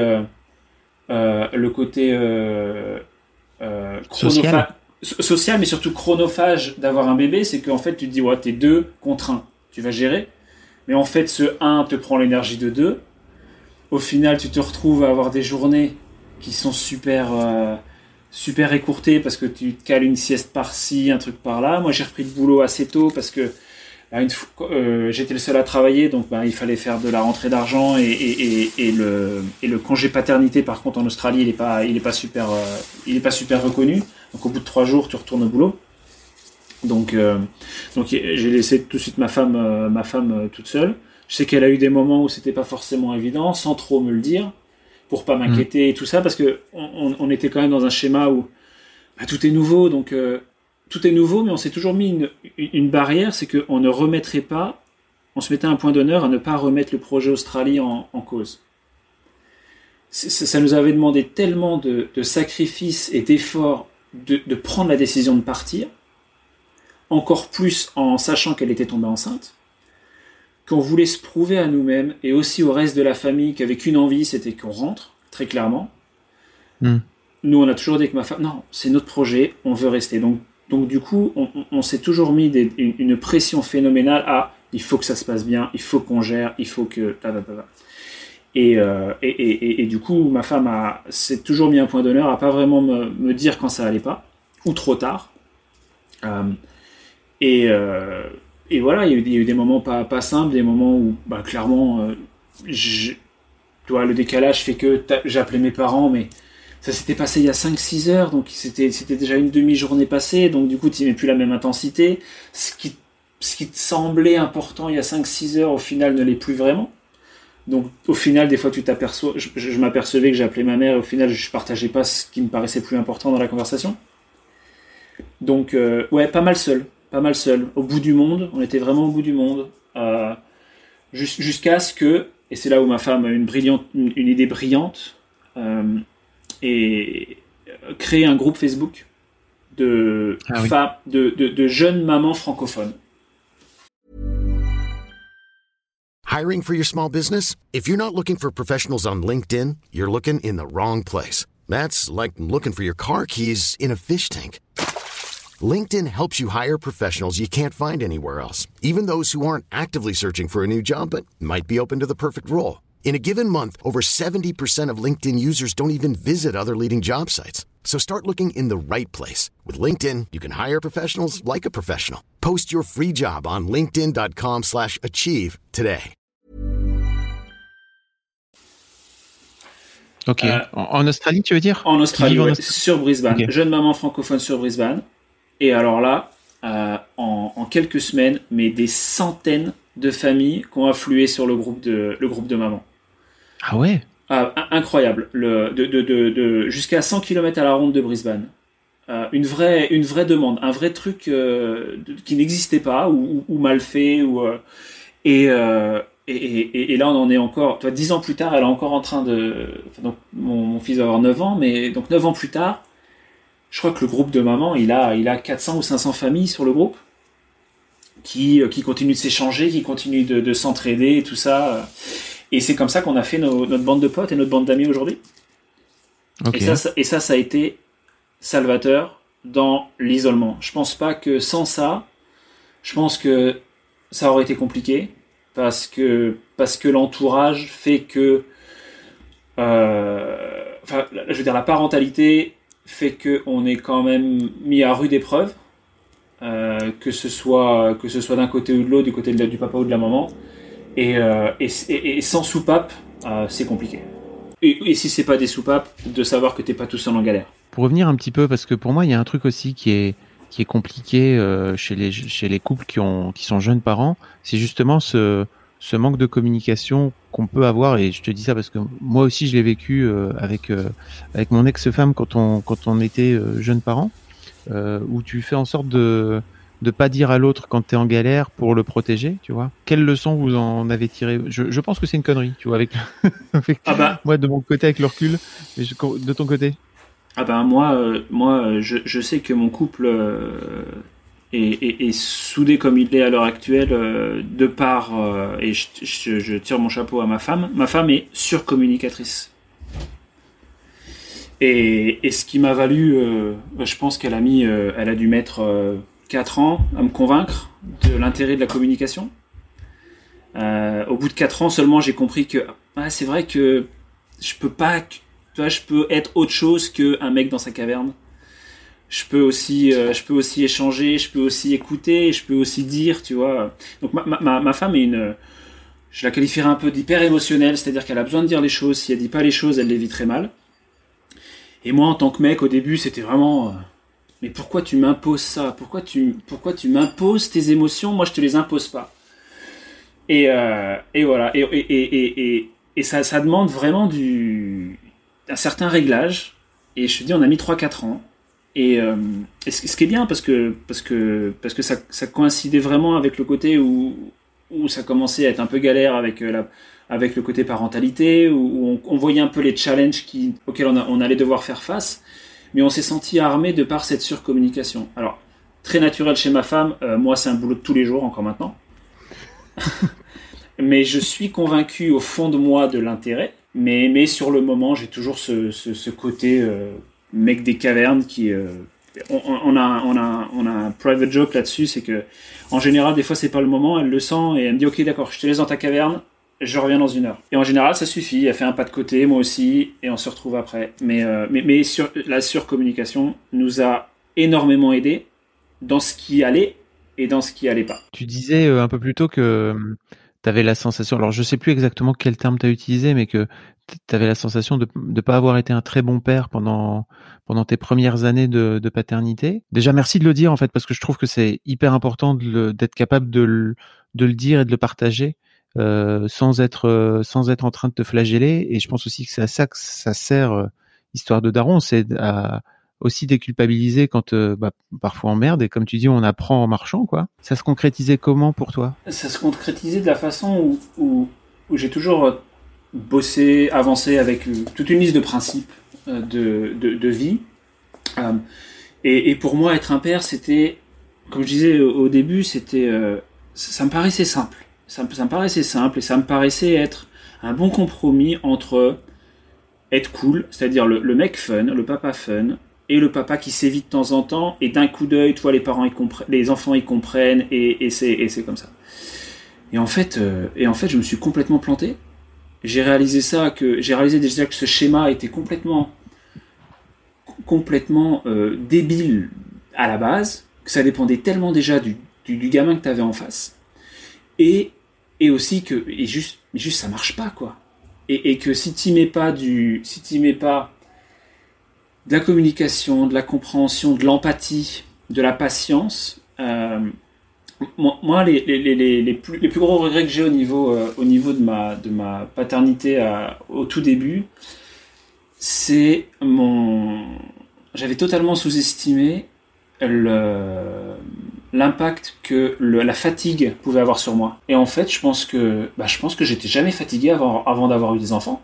social, mais surtout chronophage d'avoir un bébé. C'est qu'en fait tu te dis ouais, t'es 2 contre 1, tu vas gérer, mais en fait ce 1 te prend l'énergie de 2. Au final tu te retrouves à avoir des journées qui sont super écourtées parce que tu te cales une sieste par-ci, un truc par-là. Moi j'ai repris le boulot assez tôt parce que j'étais le seul à travailler, donc il fallait faire de la rentrée d'argent, et le congé paternité par contre en Australie il est pas super reconnu. Donc au bout de 3 jours tu retournes au boulot. Donc j'ai laissé tout de suite ma femme toute seule. Je sais qu'elle a eu des moments où c'était pas forcément évident, sans trop me le dire, pour pas m'inquiéter et tout ça, parce que on était quand même dans un schéma où tout est nouveau, donc tout est nouveau, mais on s'est toujours mis une barrière, c'est qu'on ne remettrait pas, on se mettait un point d'honneur à ne pas remettre le projet Australie en cause. Ça nous avait demandé tellement de sacrifices et d'efforts de prendre la décision de partir, encore plus en sachant qu'elle était tombée enceinte, qu'on voulait se prouver à nous-mêmes et aussi au reste de la famille qu'avec qu'une envie, c'était qu'on rentre, très clairement. Nous, on a toujours dit que ma femme, non, c'est notre projet, on veut rester. Donc du coup, on s'est toujours mis une pression phénoménale à il faut que ça se passe bien, il faut qu'on gère, il faut que... Et du coup, ma femme s'est toujours mis un point d'honneur à pas vraiment me dire quand ça allait pas, ou trop tard. Et voilà, il y a eu des moments pas simples, des moments où clairement, le décalage fait que j'appelais mes parents, mais ça s'était passé il y a 5-6 heures, donc c'était déjà une demi-journée passée, donc du coup tu n'avais plus la même intensité. Ce qui te semblait important il y a 5-6 heures, au final ne l'est plus vraiment. Donc au final, des fois tu t'aperçois, je m'apercevais que j'appelais ma mère, et au final je partageais pas ce qui me paraissait plus important dans la conversation. Donc pas mal seul, au bout du monde, on était vraiment au bout du monde, jusqu'à ce que, et c'est là où ma femme a une idée brillante, et créer un groupe Facebook de jeunes mamans francophones. Hiring for your small business? If you're not looking for professionals on LinkedIn, you're looking in the wrong place. That's like looking for your car keys in a fish tank. LinkedIn helps you hire professionals you can't find anywhere else, even those who aren't actively searching for a new job but might be open to the perfect role. In a given month, over 70% of LinkedIn users don't even visit other leading job sites. So start looking in the right place. With LinkedIn, you can hire professionals like a professional. Post your free job on linkedin.com/achieve today. Ok. En Australie, tu veux dire? En Australie, ouais, sur Brisbane. Okay. Jeune maman francophone sur Brisbane. Et alors là, en quelques semaines, mais des centaines de familles qui ont afflué sur le groupe de mamans. Ah ouais? Incroyable. Jusqu'à 100 km à la ronde de Brisbane. Une vraie demande, un vrai truc qui n'existait pas ou mal fait. Et là, on en est encore... 10 ans plus tard, elle est encore en train de... Donc, mon fils va avoir 9 ans, mais donc 9 ans plus tard, je crois que le groupe de mamans, il a 400 ou 500 familles sur le groupe qui continuent de s'échanger, qui continuent de s'entraider et tout ça. Et c'est comme ça qu'on a fait notre bande de potes et notre bande d'amis aujourd'hui. Okay. Et ça a été salvateur dans l'isolement. Je pense pas que sans ça, je pense que ça aurait été compliqué parce que l'entourage fait que, je veux dire, la parentalité fait que on est quand même mis à rude épreuve, que ce soit d'un côté ou de l'autre, du côté du papa ou de la maman. Et sans soupape, c'est compliqué. Et si c'est pas des soupapes, de savoir que t'es pas tout seul en galère. Pour revenir un petit peu, parce que pour moi, il y a un truc aussi qui est compliqué chez les couples qui sont jeunes parents, c'est justement ce manque de communication qu'on peut avoir. Et je te dis ça parce que moi aussi, je l'ai vécu avec mon ex-femme quand on était jeunes parents, où tu fais en sorte de pas dire à l'autre quand t'es en galère pour le protéger, tu vois. Quelle leçon vous en avez tiré? Je pense que c'est une connerie, tu vois, moi de mon côté avec le recul, mais de ton côté. Moi, je sais que mon couple est soudé comme il est à l'heure actuelle, de part, et je tire mon chapeau à ma femme. Ma femme est surcommunicatrice. Et ce qui m'a valu, je pense qu'elle a dû mettre 4 ans à me convaincre de l'intérêt de la communication. Au bout de 4 ans seulement, j'ai compris que c'est vrai que je peux être autre chose qu'un mec dans sa caverne. Je peux aussi échanger, je peux aussi écouter, je peux aussi dire, tu vois. Donc ma femme je la qualifierais un peu d'hyper émotionnelle, c'est-à-dire qu'elle a besoin de dire les choses. Si elle dit pas les choses, elle les vit très mal. Et moi, en tant que mec, au début, c'était vraiment... mais pourquoi tu m'imposes ça? Pourquoi tu m'imposes tes émotions? Moi, je te les impose pas. Et voilà. Et ça demande vraiment un certain réglage. Et je te dis, on a mis 3-4 ans. Et ce qui est bien, parce que ça coïncidait vraiment avec le côté où ça commençait à être un peu galère avec le côté parentalité, où on voyait un peu les challenges auxquels on allait devoir faire face. Mais on s'est senti armé de par cette surcommunication. Alors, très naturel chez ma femme, moi c'est un boulot de tous les jours, encore maintenant. Mais je suis convaincu au fond de moi de l'intérêt. Mais sur le moment, j'ai toujours ce côté mec des cavernes qui... on a un private joke là-dessus, c'est que en général, des fois c'est pas le moment, elle le sent et elle me dit ok d'accord, je te laisse dans ta caverne, je reviens dans 1 heure. Et en général, ça suffit. Elle fait un pas de côté, moi aussi, et on se retrouve après. Mais la surcommunication nous a énormément aidé dans ce qui allait et dans ce qui allait pas. Tu disais un peu plus tôt que tu avais la sensation, alors je sais plus exactement quel terme tu as utilisé, mais que tu avais la sensation de pas avoir été un très bon père pendant tes premières années de paternité. Déjà, merci de le dire en fait, parce que je trouve que c'est hyper important d'être capable de le dire et de le partager. Sans être en train de te flageller. Et je pense aussi que c'est à ça que ça sert Histoire de Daron, c'est à aussi déculpabiliser quand parfois on merde, et comme tu dis, on apprend en marchant, quoi. Ça se concrétisait comment pour toi? Ça se concrétisait de la façon où j'ai toujours bossé, avancé avec toute une liste de principes de vie. Et pour moi, être un père, c'était, comme je disais au début, c'était ça me paraissait simple. Ça me paraissait simple et ça me paraissait être un bon compromis entre être cool, c'est-à-dire le mec fun, le papa fun, et le papa qui sévit de temps en temps, et d'un coup d'œil, tu vois, les enfants ils comprennent, et c'est comme ça. Et en fait, je me suis complètement planté, j'ai réalisé déjà que ce schéma était complètement débile à la base, que ça dépendait tellement déjà du gamin que tu avais en face, et aussi que juste ça marche pas, quoi. Et que si tu mets pas de la communication, de la compréhension, de l'empathie, de la patience, moi les plus gros regrets que j'ai au niveau de ma paternité au tout début, c'est j'avais totalement sous-estimé l'impact que la fatigue pouvait avoir sur moi. Et en fait, je pense que j'étais jamais fatigué avant d'avoir eu des enfants.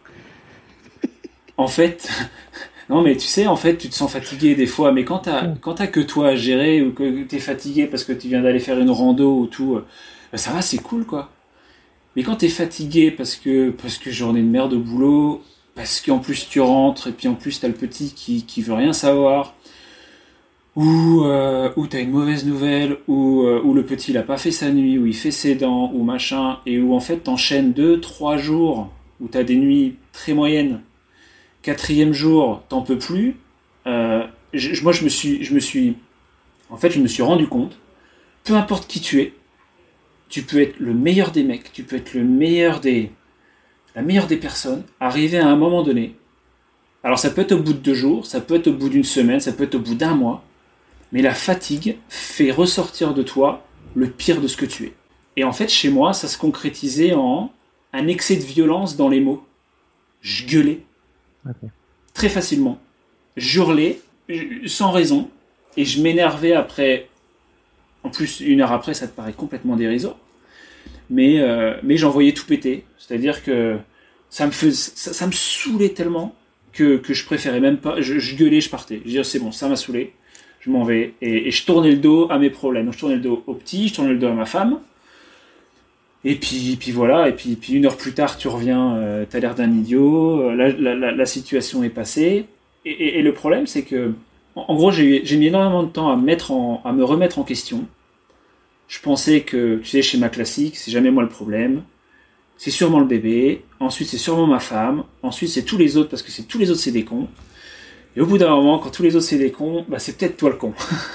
En fait, non, mais tu sais, en fait, tu te sens fatigué des fois, mais quand t'as que toi à gérer, ou que t'es fatigué parce que tu viens d'aller faire une rando ou tout, ça va, c'est cool, quoi. Mais quand t'es fatigué parce que journée de merde au boulot, parce qu'en plus tu rentres, et puis en plus t'as le petit qui veut rien savoir, ou t'as une mauvaise nouvelle, ou le petit il a pas fait sa nuit, ou il fait ses dents, ou machin, et où en fait t'enchaînes 2-3 jours, où t'as des nuits très moyennes, 4e jour, t'en peux plus. Moi, je me suis rendu compte, peu importe qui tu peux être le meilleur des mecs, tu peux être la meilleure des personnes, arriver à un moment donné. Alors, ça peut être au bout de 2 jours, ça peut être au bout d'une semaine, ça peut être au bout d'un mois, mais la fatigue fait ressortir de toi le pire de ce que tu es. Et en fait, chez moi, ça se concrétisait en un excès de violence dans les mots. Je gueulais. Okay. Très facilement. J'hurlais sans raison et je m'énervais après. En plus, 1 heure après, ça te paraît complètement dérisoire. Mais j'en voyais tout péter. C'est-à-dire que ça me saoulait tellement que je préférais même pas. Je gueulais, je partais. Je disais, c'est bon, ça m'a saoulé. Je m'en vais. Et je tournais le dos à mes problèmes. Donc, je tournais le dos au petit, je tournais le dos à ma femme. Et puis voilà, et puis 1 heure plus tard, tu reviens, t'as l'air d'un idiot, la situation est passée. Et le problème, c'est que, en gros, j'ai mis énormément de temps à me remettre en question. Je pensais que, tu sais, schéma classique, c'est jamais moi le problème. C'est sûrement le bébé. Ensuite, c'est sûrement ma femme. Ensuite, c'est tous les autres, parce que tous les autres, c'est des cons. Et au bout d'un moment, quand tous les autres, c'est des cons, c'est peut-être toi le con.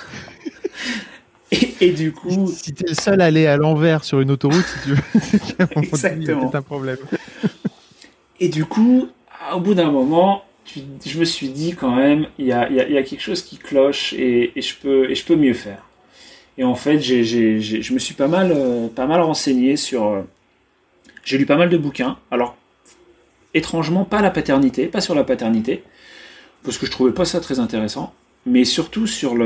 Et du coup... Si t'es le seul à aller à l'envers sur une autoroute, si tu veux, exactement. C'est un problème. Et du coup, au bout d'un moment, je me suis dit quand même, il y a quelque chose qui cloche et je peux mieux faire. Et en fait, je me suis pas mal renseigné sur... j'ai lu pas mal de bouquins. Alors, étrangement, pas sur la paternité, parce que je trouvais pas ça très intéressant, mais surtout sur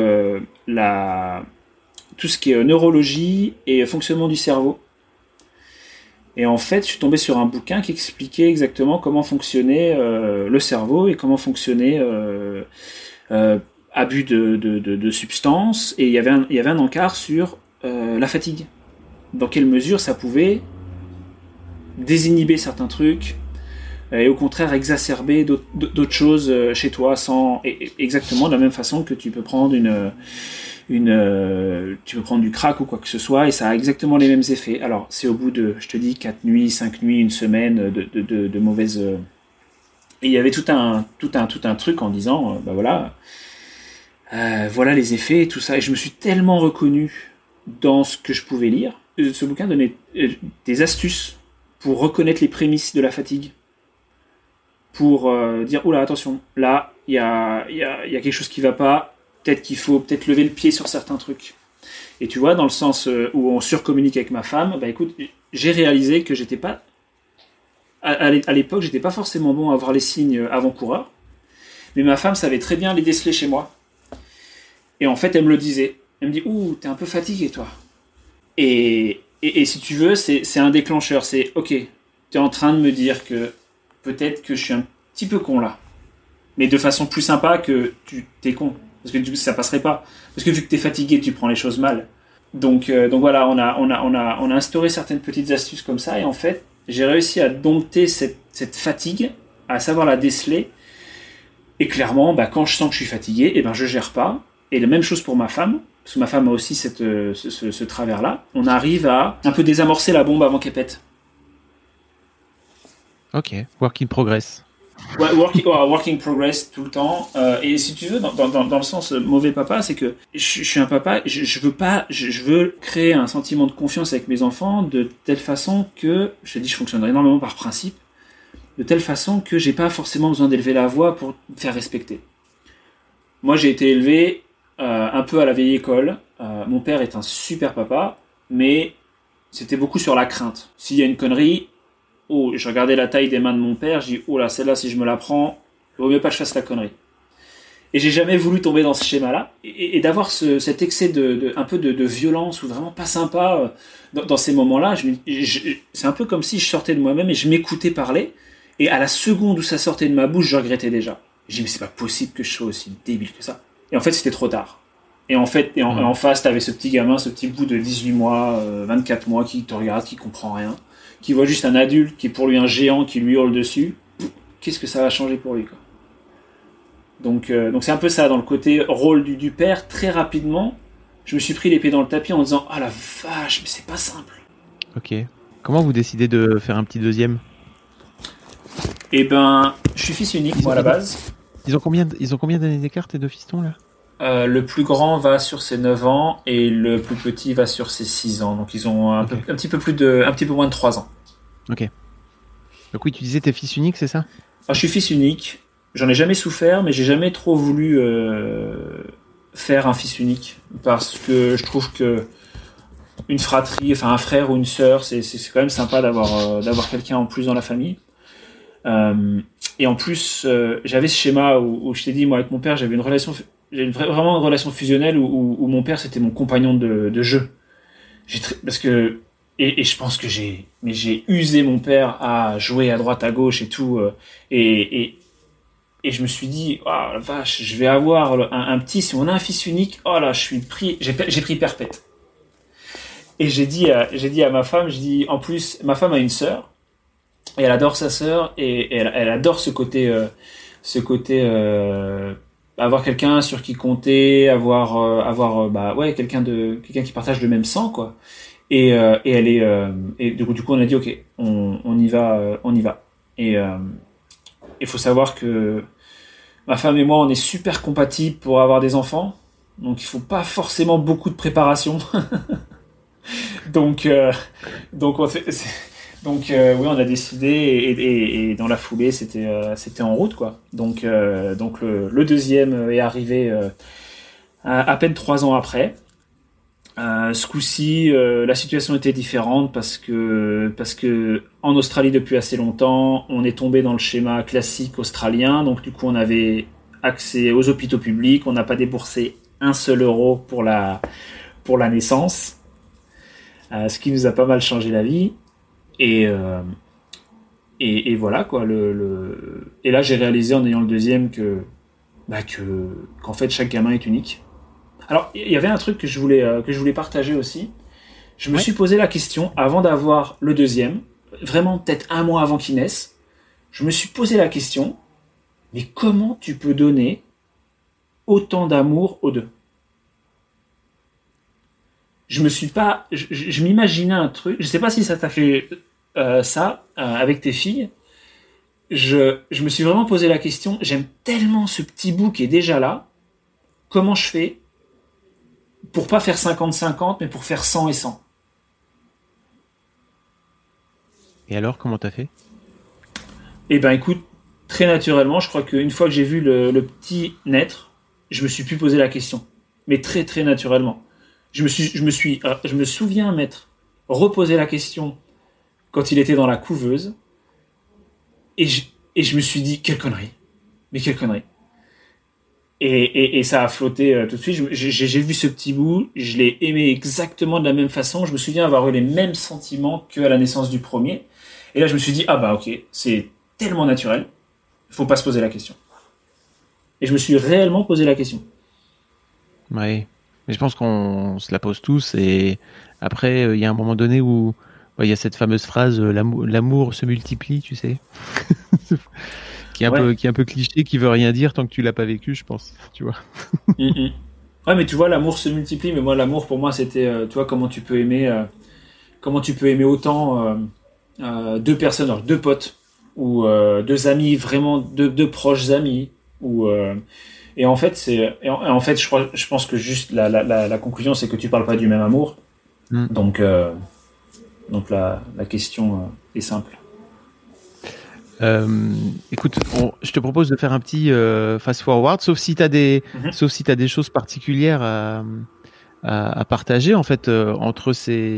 tout ce qui est neurologie et fonctionnement du cerveau. Et en fait, je suis tombé sur un bouquin qui expliquait exactement comment fonctionnait le cerveau et comment fonctionnait abus de substances. Et il y avait un encart sur la fatigue. Dans quelle mesure ça pouvait désinhiber certains trucs et au contraire exacerber d'autres choses chez toi exactement de la même façon que tu peux prendre tu peux prendre du crack ou quoi que ce soit et ça a exactement les mêmes effets. Alors c'est au bout de, je te dis, 4 nuits, 5 nuits, 1 semaine de mauvaises... Et il y avait tout un truc en disant, voilà les effets et tout ça. Et je me suis tellement reconnu dans ce que je pouvais lire. Ce bouquin donnait des astuces pour reconnaître les prémices de la fatigue. Pour dire, oula, attention, là, il y a quelque chose qui va pas. Peut-être qu'il faut lever le pied sur certains trucs. Et tu vois, dans le sens où on surcommunique avec ma femme, écoute, j'ai réalisé que j'étais pas... À l'époque, j'étais pas forcément bon à voir les signes avant-coureurs, mais ma femme savait très bien les déceler chez moi. Et en fait, elle me le disait. Elle me dit, ouh, t'es un peu fatigué, toi. Et si tu veux, c'est un déclencheur. C'est, ok, t'es en train de me dire que peut-être que je suis un petit peu con là. Mais de façon plus sympa que t'es con. Parce que ça passerait pas. Parce que vu que t'es fatigué, tu prends les choses mal. Donc voilà, on a instauré certaines petites astuces comme ça. Et en fait, j'ai réussi à dompter cette fatigue, à savoir la déceler. Et clairement, quand je sens que je suis fatigué, je gère pas. Et la même chose pour ma femme. Parce que ma femme a aussi ce travers-là. On arrive à un peu désamorcer la bombe avant qu'elle pète. Ok, work in progress. Ouais, working progress tout le temps. Et si tu veux, dans le sens mauvais papa, c'est que je suis un papa, je veux créer un sentiment de confiance avec mes enfants de telle façon que, je te dis, je fonctionne énormément par principe, de telle façon que j'ai pas forcément besoin d'élever la voix pour me faire respecter. Moi, j'ai été élevé un peu à la vieille école. Mon père est un super papa, mais c'était beaucoup sur la crainte. S'il y a une connerie, je regardais la taille des mains de mon père, je dis, oh là, celle-là, si je me la prends, il vaut mieux pas que je fasse la connerie. Et j'ai jamais voulu tomber dans ce schéma-là. Et d'avoir cet excès un peu de violence, ou vraiment pas sympa, dans ces moments-là, c'est un peu comme si je sortais de moi-même et je m'écoutais parler, et à la seconde où ça sortait de ma bouche, je regrettais déjà. Je dis, mais c'est pas possible que je sois aussi débile que ça. Et en fait, c'était trop tard. Et en fait, en face, t'avais ce petit gamin, ce petit bout de 18 mois, 24 mois, qui te regarde, qui comprend rien, qui voit juste un adulte qui est pour lui un géant qui lui hurle dessus. Qu'est-ce que ça va changer pour lui, quoi. Donc c'est un peu ça, dans le côté rôle du père. Très rapidement, je me suis pris les pieds dans le tapis en disant, ah la vache, mais c'est pas simple. Ok. Comment vous décidez de faire un petit deuxième ? Eh ben, je suis fils unique, moi, à la base. Ils ont combien d'années d'écart, tes deux fistons, là ? Le plus grand va sur ses 9 ans et le plus petit va sur ses 6 ans. Donc ils ont un petit peu moins de 3 ans. Ok. Donc oui, tu disais t'es fils unique, c'est ça ? Alors, je suis fils unique. J'en ai jamais souffert, mais j'ai jamais trop voulu faire un fils unique. Parce que je trouve que une fratrie, enfin un frère ou une sœur, c'est quand même sympa d'avoir quelqu'un en plus dans la famille. Et en plus, j'avais ce schéma où je t'ai dit, moi avec mon père, j'avais vraiment une relation fusionnelle où mon père c'était mon compagnon de jeu. Parce que et je pense que j'ai usé mon père à jouer à droite à gauche et tout, et je me suis dit, oh la vache, je vais avoir un petit, si on a un fils unique, oh là, j'ai pris perpète. Et j'ai dit à ma femme, en plus, ma femme a une sœur et elle adore sa sœur et elle adore ce côté avoir quelqu'un sur qui compter, avoir quelqu'un qui partage le même sang, quoi. Et elle est et du coup on a dit ok, on y va. Et il faut savoir que ma femme et moi on est super compatibles pour avoir des enfants, donc il faut pas forcément beaucoup de préparation. donc oui, on a décidé et dans la foulée c'était en route, quoi. Donc le deuxième est arrivé à peine 3 ans après. Ce coup-ci, la situation était différente parce que en Australie depuis assez longtemps, on est tombé dans le schéma classique australien. Donc du coup, on avait accès aux hôpitaux publics, on n'a pas déboursé un seul euro pour la naissance, ce qui nous a pas mal changé la vie. Et voilà, quoi. Et là, j'ai réalisé en ayant le deuxième qu'en fait chaque gamin est unique. Alors, il y avait un truc que je voulais partager aussi. Je me suis posé la question, avant d'avoir le deuxième, vraiment peut-être 1 mois avant qu'il naisse, je me suis posé la question, mais comment tu peux donner autant d'amour aux deux ? Je m'imaginais un truc, je sais pas si ça t'a fait ça avec tes filles. Je me suis vraiment posé la question, j'aime tellement ce petit bout qui est déjà là, comment je fais pour pas faire 50-50, mais pour faire 100 et 100. Et alors, comment t'as fait ? Eh ben écoute, très naturellement, je crois qu'une fois que j'ai vu le petit naître, je me suis plus posé la question. Mais très très naturellement. Je me souviens m'être reposé la question quand il était dans la couveuse, et je me suis dit, quelle connerie. Mais quelle connerie. Et ça a flotté tout de suite. J'ai vu ce petit bout, je l'ai aimé exactement de la même façon. Je me souviens avoir eu les mêmes sentiments qu'à la naissance du premier. Et là, je me suis dit, ah bah ok, c'est tellement naturel, il faut pas se poser la question. Et je me suis réellement posé la question. Ouais, mais je pense qu'on se la pose tous. Et après, il y a un moment donné où il y a cette fameuse phrase, l'amour se multiplie, tu sais. qui est un peu cliché, qui veut rien dire tant que tu l'as pas vécu, je pense, tu vois. Ouais, mais tu vois, l'amour se multiplie, mais moi, l'amour pour moi, c'était, tu vois, comment tu peux aimer autant 2 personnes, alors 2 potes, ou deux amis, vraiment deux proches amis, ou et en fait je pense que juste la conclusion, c'est que tu parles pas du même amour. Donc la question est simple. Écoute, je te propose de faire un petit fast forward, sauf si tu as des choses particulières à partager en fait entre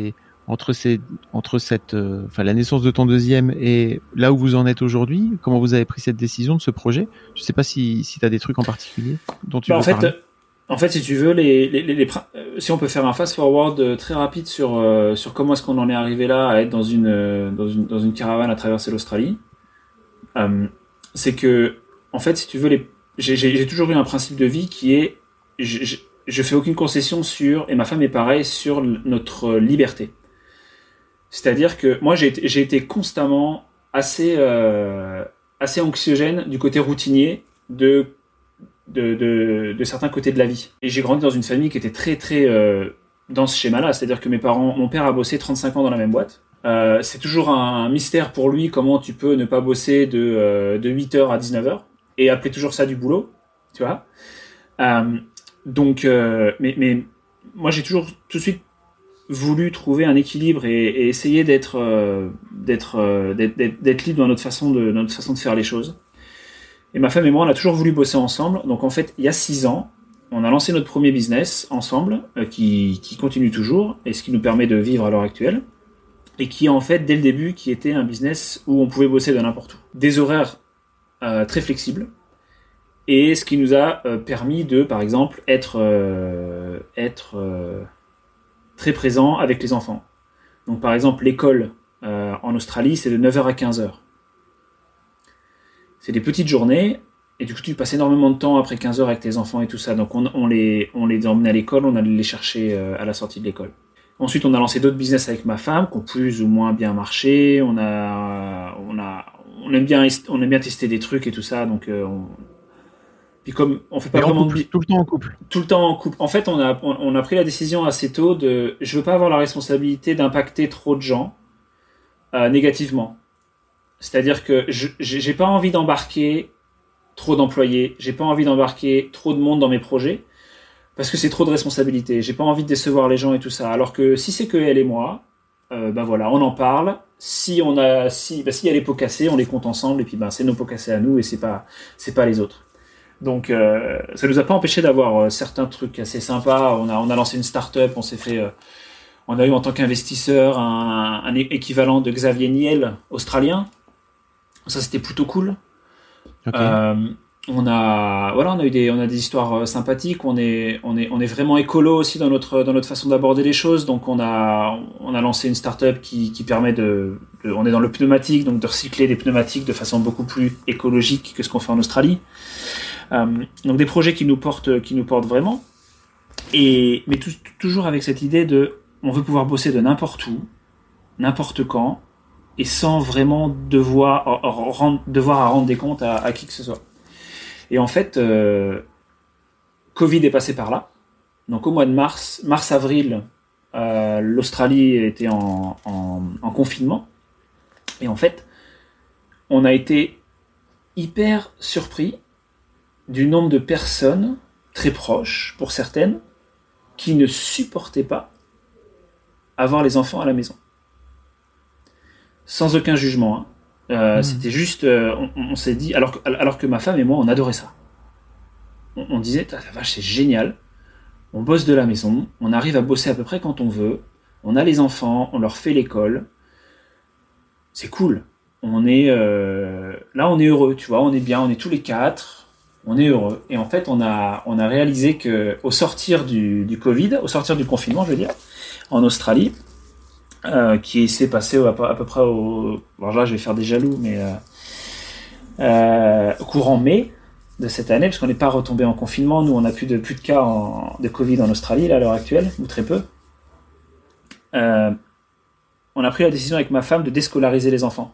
la naissance de ton deuxième et là où vous en êtes aujourd'hui. Comment vous avez pris cette décision de ce projet? Je sais pas si tu as des trucs en particulier dont tu veux parler. En fait, si tu veux, si on peut faire un fast forward très rapide sur comment est-ce qu'on en est arrivé là à être dans une caravane à traverser l'Australie, c'est que, en fait, si tu veux, j'ai toujours eu un principe de vie qui est, je fais aucune concession et ma femme est pareil, sur notre liberté. C'est-à-dire que moi, j'ai été constamment assez anxiogène du côté routinier de certains côtés de la vie. Et j'ai grandi dans une famille qui était très très dans ce schéma-là. C'est-à-dire que mon père a bossé 35 ans dans la même boîte. C'est toujours un mystère pour lui comment tu peux ne pas bosser de 8h à 19h et appeler toujours ça du boulot, tu vois. Mais moi j'ai toujours tout de suite voulu trouver un équilibre et essayer d'être libre dans notre façon de faire les choses. Et ma femme et moi, on a toujours voulu bosser ensemble. Donc en fait, il y a 6 ans, on a lancé notre premier business ensemble, qui continue toujours, et ce qui nous permet de vivre à l'heure actuelle, et qui en fait, dès le début, qui était un business où on pouvait bosser de n'importe où. Des horaires très flexibles, et ce qui nous a permis de, par exemple, être très présent avec les enfants. Donc par exemple, l'école en Australie, c'est de 9h à 15h. C'est des petites journées, et du coup tu passes énormément de temps après 15h avec tes enfants et tout ça. Donc on les emmenait à l'école, on allait les chercher à la sortie de l'école. Ensuite on a lancé d'autres business avec ma femme qui ont plus ou moins bien marché. On aime bien tester des trucs et tout ça. Donc puis comme on fait pas vraiment tout le temps en couple. En fait on a pris la décision assez tôt je veux pas avoir la responsabilité d'impacter trop de gens négativement. C'est-à-dire que j'ai pas envie d'embarquer trop d'employés, j'ai pas envie d'embarquer trop de monde dans mes projets, parce que c'est trop de responsabilité. J'ai pas envie de décevoir les gens et tout ça. Alors que si c'est que elle et moi, voilà, on en parle. S'il y a les pots cassés, on les compte ensemble, et puis c'est nos pots cassés à nous, et c'est pas les autres. Donc ça nous a pas empêché d'avoir certains trucs assez sympas. On a lancé une start-up, on a eu en tant qu'investisseur un équivalent de Xavier Niel australien. Ça c'était plutôt cool. Okay. On a eu des histoires sympathiques. On est vraiment écolo aussi dans notre façon d'aborder les choses. Donc on a lancé une start-up qui permet on est dans le pneumatique, donc de recycler des pneumatiques de façon beaucoup plus écologique que ce qu'on fait en Australie. Donc des projets qui nous portent vraiment. Mais toujours avec cette idée on veut pouvoir bosser de n'importe où, n'importe quand, et sans vraiment devoir à rendre des comptes à qui que ce soit. Et en fait, Covid est passé par là. Donc au mois de mars-avril, l'Australie était en confinement. Et en fait, on a été hyper surpris du nombre de personnes, très proches pour certaines, qui ne supportaient pas avoir les enfants à la maison. Sans aucun jugement. C'était juste... on s'est dit... Alors que ma femme et moi, on adorait ça. On disait, la vache, c'est génial. On bosse de la maison. On arrive à bosser à peu près quand on veut. On a les enfants. On leur fait l'école. C'est cool. Là, on est heureux, tu vois. On est bien. On est tous les 4. On est heureux. Et en fait, on a réalisé qu'au sortir du Covid, au sortir du confinement, je veux dire, en Australie, qui s'est passé à peu près alors là je vais faire des jaloux, mais courant mai de cette année, parce qu'on n'est pas retombé en confinement. Nous on n'a plus de cas de Covid en Australie là, à l'heure actuelle, ou très peu. On a pris la décision avec ma femme de déscolariser les enfants.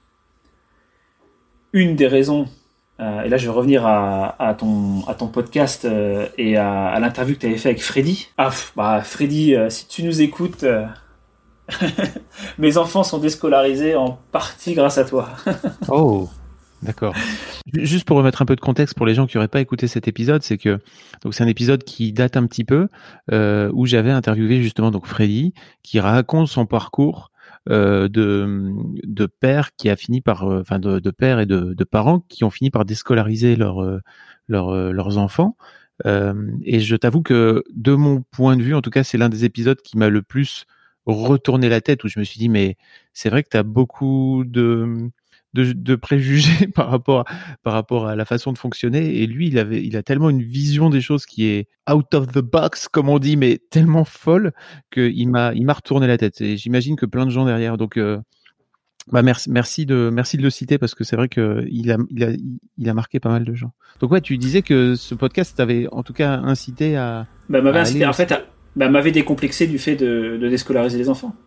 Une des raisons, et là je vais revenir à ton podcast et à l'interview que tu avais fait avec Freddy. Freddy, si tu nous écoutes, Mes enfants sont déscolarisés en partie grâce à toi. Oh, d'accord. Juste pour remettre un peu de contexte pour les gens qui n'auraient pas écouté cet épisode, c'est que donc c'est un épisode qui date un petit peu, où j'avais interviewé justement donc Freddy, qui raconte son parcours de père qui a fini par, enfin de père et de parents qui ont fini par déscolariser leurs enfants. Et je t'avoue que de mon point de vue, en tout cas, c'est l'un des épisodes qui m'a le plus retourné la tête, où je me suis dit mais c'est vrai que tu as beaucoup de préjugés par rapport à la façon de fonctionner, et lui il a tellement une vision des choses qui est out of the box comme on dit, mais tellement folle que il m'a retourné la tête, et j'imagine que plein de gens derrière, donc bah merci de le citer, parce que c'est vrai que il a marqué pas mal de gens. Donc ouais, tu disais que ce podcast t'avait en tout cas incité à M'avait incité, en fait, m'avait décomplexé du fait de déscolariser les enfants.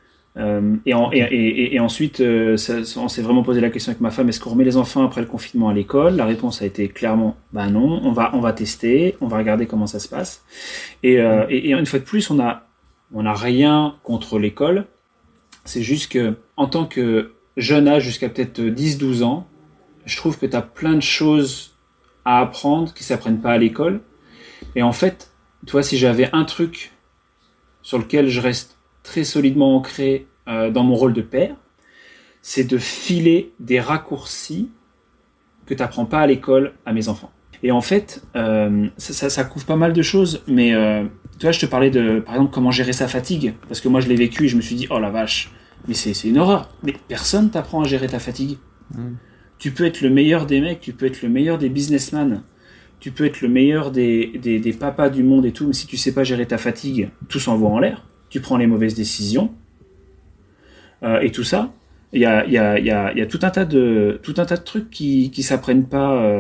Et ensuite, on s'est vraiment posé la question avec ma femme, est-ce qu'on remet les enfants après le confinement à l'école? La réponse a été clairement, bah non, on va tester, on va regarder comment ça se passe. Et une fois de plus, on a rien contre l'école. C'est juste que, en tant que jeune âge, jusqu'à peut-être 10-12 ans, je trouve que tu as plein de choses à apprendre qui s'apprennent pas à l'école. Et en fait, tu vois, si j'avais un truc sur lequel je reste très solidement ancré dans mon rôle de père, c'est de filer des raccourcis que tu n'apprends pas à l'école à mes enfants. Et en fait, ça couvre pas mal de choses, mais tu vois, je te parlais de, par exemple, comment gérer sa fatigue, parce que moi je l'ai vécu et je me suis dit, oh la vache, mais c'est une horreur. Mais personne t'apprend à gérer ta fatigue. Tu peux être le meilleur des mecs, tu peux être le meilleur des businessmen, tu peux être le meilleur des papas du monde et tout, mais si tu sais pas gérer ta fatigue, tout s'envoie en l'air. Tu prends les mauvaises décisions, et tout ça. Il y a tout un tas de trucs qui s'apprennent pas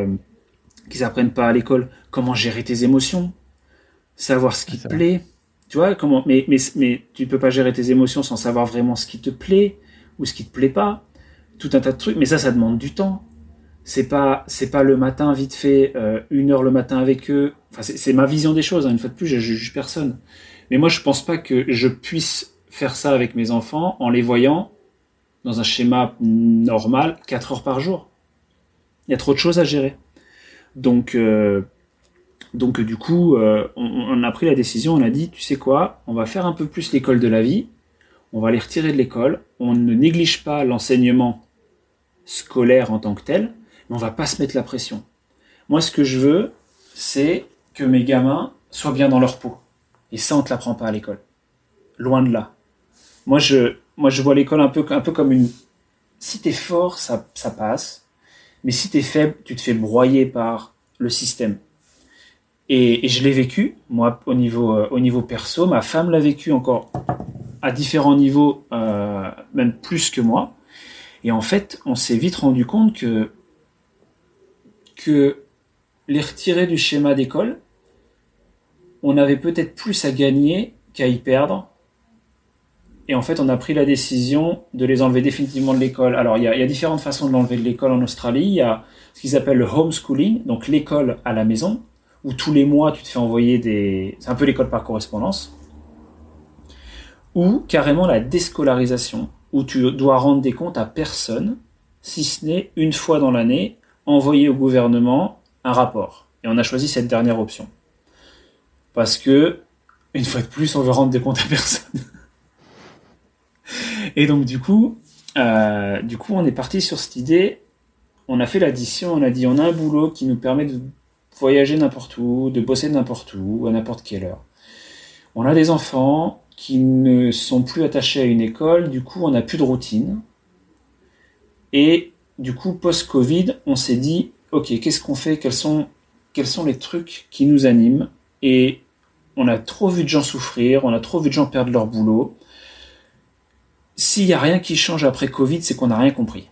à l'école. Comment gérer tes émotions, savoir ce qui te plaît. Tu vois, mais tu peux pas gérer tes émotions sans savoir vraiment ce qui te plaît ou ce qui te plaît pas. Tout un tas de trucs, mais ça demande du temps. C'est pas le matin vite fait, 1 heure le matin avec eux. Enfin, c'est ma vision des choses, hein. Une fois de plus, je juge personne. Mais moi, je pense pas que je puisse faire ça avec mes enfants en les voyant dans un schéma normal 4 heures par jour. Il y a trop de choses à gérer. Donc du coup, on a pris la décision, on a dit, tu sais quoi, on va faire un peu plus l'école de la vie, on va les retirer de l'école, on ne néglige pas l'enseignement scolaire en tant que tel, mais on va pas se mettre la pression. Moi, ce que je veux, c'est que mes gamins soient bien dans leur peau. Et ça, on te l'apprend pas à l'école. Loin de là. Moi, je vois l'école un peu comme une... Si t'es fort, ça passe. Mais si t'es faible, tu te fais broyer par le système. Et je l'ai vécu, moi, au niveau perso. Ma femme l'a vécu encore à différents niveaux, même plus que moi. Et en fait, on s'est vite rendu compte que les retirer du schéma d'école, on avait peut-être plus à gagner qu'à y perdre. Et en fait, on a pris la décision de les enlever définitivement de l'école. Alors, il y a différentes façons de l'enlever de l'école en Australie. Il y a ce qu'ils appellent le homeschooling, donc l'école à la maison, où tous les mois, tu te fais envoyer c'est un peu l'école par correspondance. Ou carrément la déscolarisation, où tu dois rendre des comptes à personne, si ce n'est une fois dans l'année, envoyer au gouvernement un rapport. Et on a choisi cette dernière option. Parce que, une fois de plus, on veut rendre des comptes à personne. Et donc, du coup, on est parti sur cette idée. On a fait l'addition, on a dit, on a un boulot qui nous permet de voyager n'importe où, de bosser n'importe où, à n'importe quelle heure. On a des enfants qui ne sont plus attachés à une école, du coup, on n'a plus de routine. Et du coup, post-Covid, on s'est dit, ok, qu'est-ce qu'on fait ? Quels sont les trucs qui nous animent ? Et on a trop vu de gens souffrir, on a trop vu de gens perdre leur boulot. S'il n'y a rien qui change après Covid, c'est qu'on n'a rien compris.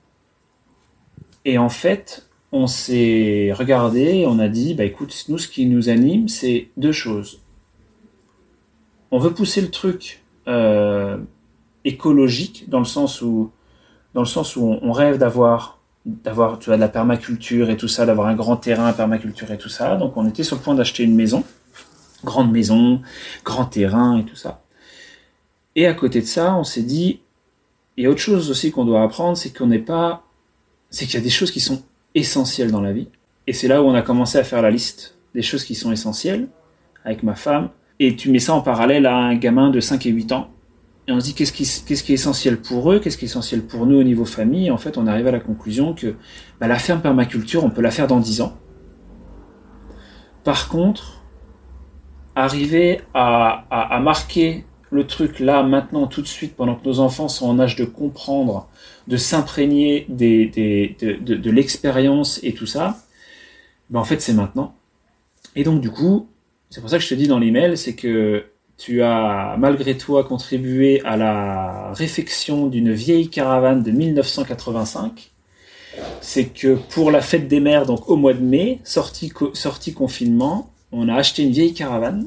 Et en fait, on s'est regardé, on a dit, bah écoute, nous, ce qui nous anime, c'est 2 choses. On veut pousser le truc écologique, dans le sens où on rêve d'avoir tu vois, de la permaculture et tout ça, d'avoir un grand terrain à permaculture et tout ça. Donc on était sur le point d'acheter une maison, grande maison, grand terrain et tout ça. Et à côté de ça, on s'est dit, il y a autre chose aussi qu'on doit apprendre, c'est qu'il y a des choses qui sont essentielles dans la vie. Et c'est là où on a commencé à faire la liste des choses qui sont essentielles avec ma femme. Et tu mets ça en parallèle à un gamin de 5 et 8 ans. Et on se dit qu'est-ce qui est essentiel pour eux, qu'est-ce qui est essentiel pour nous au niveau famille. Et en fait, on arrive à la conclusion que la ferme permaculture, on peut la faire dans 10 ans. Par contre, arriver à marquer le truc là, maintenant, tout de suite, pendant que nos enfants sont en âge de comprendre, de s'imprégner de l'expérience et tout ça, en fait, c'est maintenant. Et donc, du coup, c'est pour ça que je te dis dans l'email, c'est que tu as, malgré toi, contribué à la réfection d'une vieille caravane de 1985. C'est que pour la fête des mères, donc au mois de mai, sortie confinement, on a acheté une vieille caravane.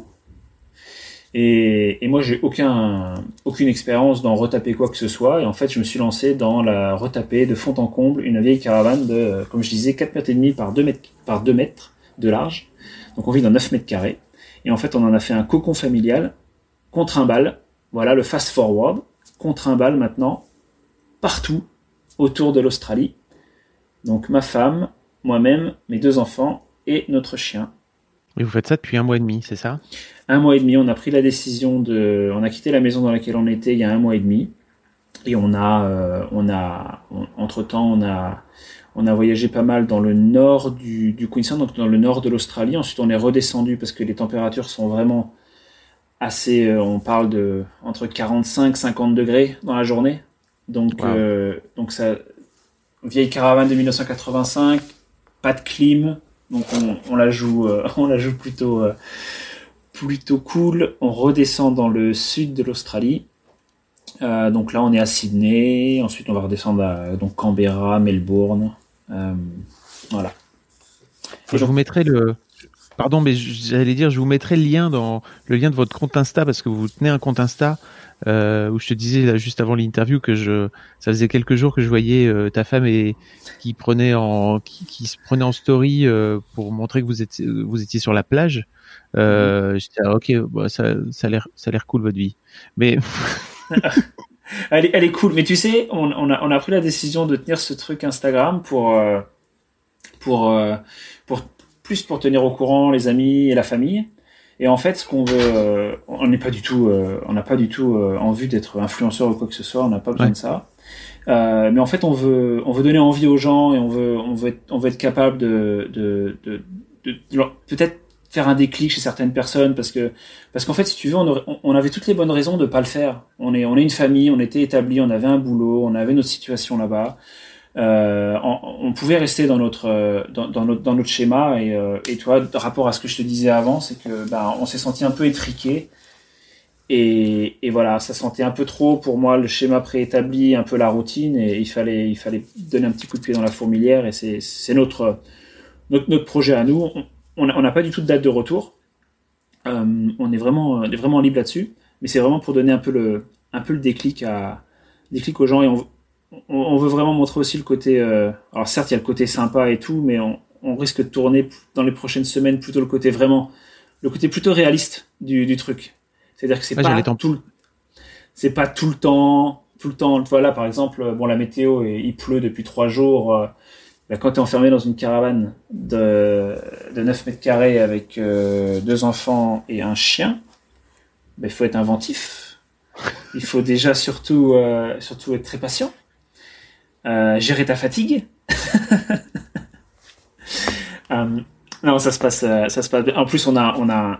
Et moi, j'ai aucune expérience dans retaper quoi que ce soit. Et en fait, je me suis lancé dans la retaper de fond en comble une vieille caravane de, comme je disais, 4,5 mètres par 2 mètres de large. Donc on vit dans 9 mètres carrés. Et en fait, on en a fait un cocon familial contre un bal. Voilà, le fast forward. Contre un bal maintenant, partout autour de l'Australie. Donc ma femme, moi-même, mes 2 enfants et notre chien. Et vous faites ça depuis 1 mois et demi, c'est ça ? 1 mois et demi, on a pris la décision on a quitté la maison dans laquelle on était il y a 1 mois et demi. Et entre-temps, on a voyagé pas mal dans le nord du Queensland, donc dans le nord de l'Australie. Ensuite, on est redescendu parce que les températures sont vraiment assez, on parle de entre 45-50 degrés dans la journée. Donc, wow. Donc ça, vieille caravane de 1985, pas de clim, donc on la joue plutôt cool. On redescend dans le sud de l'Australie. Donc là, on est à Sydney. Ensuite, on va redescendre à donc Canberra, Melbourne. Voilà. Je vous mettrai Pardon, mais j'allais dire, je vous mettrai le lien de votre compte Insta parce que vous tenez un compte Insta où je te disais là, juste avant l'interview que ça faisait quelques jours que je voyais ta femme qui se prenait en story pour montrer que vous étiez sur la plage. J'étais ok, bah, ça a l'air cool votre vie, mais elle est cool. Mais tu sais, on a pris la décision de tenir ce truc Instagram pour tenir au courant les amis et la famille. Et en fait, ce qu'on veut, on n'a pas du tout en vue d'être influenceur ou quoi que ce soit. On n'a pas besoin de ça. Mais en fait, on veut donner envie aux gens et on veut être capable de peut-être faire un déclic chez certaines personnes parce qu'en fait, si tu veux, on avait toutes les bonnes raisons de pas le faire. On est une famille, on était établis, on avait un boulot, on avait notre situation là-bas. On pouvait rester dans notre schéma et toi, rapport à ce que je te disais avant, c'est que on s'est senti un peu étriqué et voilà, ça sentait un peu trop pour moi le schéma préétabli, un peu la routine, et il fallait donner un petit coup de pied dans la fourmilière, et c'est notre projet à nous. On n'a pas du tout de date de retour. On est vraiment libre là-dessus, mais c'est vraiment pour donner un peu le déclic aux gens, et on veut vraiment montrer aussi le côté. Alors certes, il y a le côté sympa et tout, mais on risque de tourner dans les prochaines semaines plutôt le côté plutôt réaliste du truc. C'est-à-dire que c'est pas tout le temps. Voilà, par exemple, la météo, il pleut depuis 3 jours. Quand tu es enfermé dans une caravane de 9 mètres carrés avec 2 enfants et un chien, il faut être inventif. Il faut déjà surtout être très patient. Gérer ta fatigue. Non, ça se passe. En plus, on a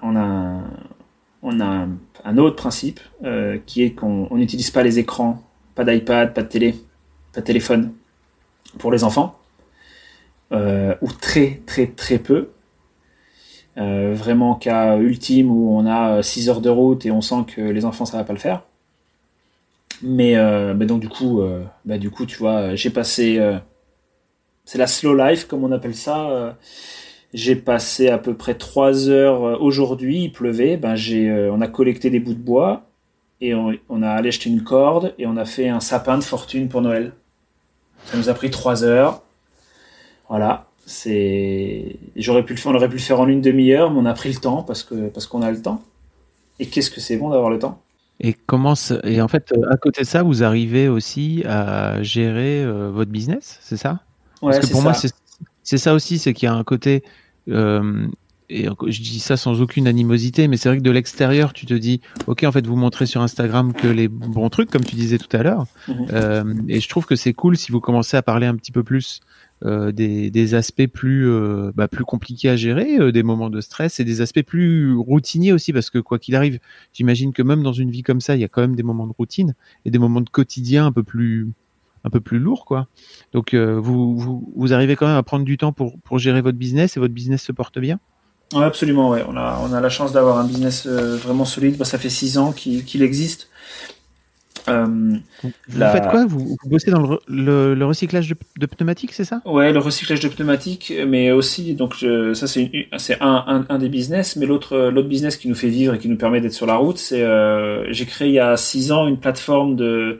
un autre principe qui est qu'on n'utilise pas les écrans, pas d'iPad, pas de télé, pas de téléphone pour les enfants, ou très très très peu. Vraiment cas ultime où on a 6 heures de route et on sent que les enfants ça va pas le faire. Mais donc du coup tu vois, j'ai passé c'est la slow life comme on appelle ça. J'ai passé à peu près 3 heures aujourd'hui, il pleuvait, on a collecté des bouts de bois et on a allé acheter une corde et on a fait un sapin de fortune pour Noël. Ça nous a pris 3 heures. Voilà, on aurait pu le faire en une demi-heure, mais on a pris le temps parce qu'on a le temps. Et qu'est-ce que c'est bon d'avoir le temps. Et en fait, à côté de ça, vous arrivez aussi à gérer votre business, c'est ça? Parce Ouais, que c'est pour moi, ça. c'est ça aussi, c'est qu'il y a un côté, euh, et je dis ça sans aucune animosité, mais c'est vrai que de l'extérieur, tu te dis, ok, en fait, vous montrez sur Instagram que les bons trucs, comme tu disais tout à l'heure, Mhm. et je trouve que c'est cool si vous commencez à parler un petit peu plus des aspects plus compliqués à gérer, des moments de stress et des aspects plus routiniers aussi, parce que quoi qu'il arrive, j'imagine que même dans une vie comme ça, il y a quand même des moments de routine et des moments de quotidien un peu plus lourds, quoi. Donc vous arrivez quand même à prendre du temps pour gérer votre business et votre business se porte bien. Ouais, absolument, ouais. On a la chance d'avoir un business vraiment solide. Bah, ça fait 6 ans qu'il existe. Euh, Vous faites la, quoi? Vous bossez dans le recyclage de pneumatiques, c'est ça? Ouais, le recyclage de pneumatiques, mais aussi, donc ça c'est un des business, mais l'autre business qui nous fait vivre et qui nous permet d'être sur la route, c'est j'ai créé il y a 6 ans une plateforme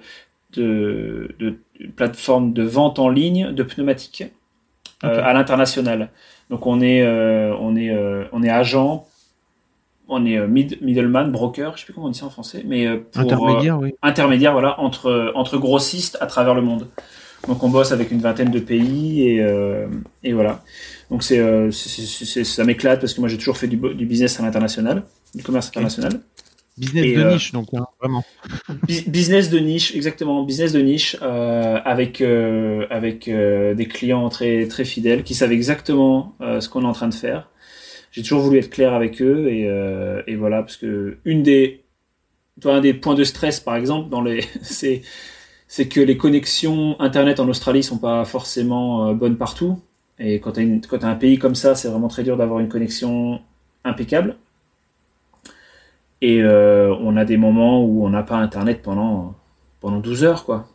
une plateforme de vente en ligne de pneumatiques Ok. à l'international. Donc on est agent, on est middleman, broker, je sais plus comment on dit ça en français, mais pour Intermédiaire, oui. intermédiaire, voilà, entre grossistes à travers le monde. Donc on bosse avec une vingtaine de pays et voilà. Donc ça m'éclate parce que moi j'ai toujours fait du business à l'international, du commerce Ok. international. Business Et de niche, donc hein, vraiment. business de niche, exactement, business de niche avec des clients très très fidèles qui savent exactement ce qu'on est en train de faire. J'ai toujours voulu être clair avec eux et voilà parce que un des points de stress par exemple c'est que les connexions internet en Australie sont pas forcément bonnes partout. Et quand t'as un pays comme ça, c'est vraiment très dur d'avoir une connexion impeccable. Et on a des moments où on n'a pas internet pendant 12 heures, quoi.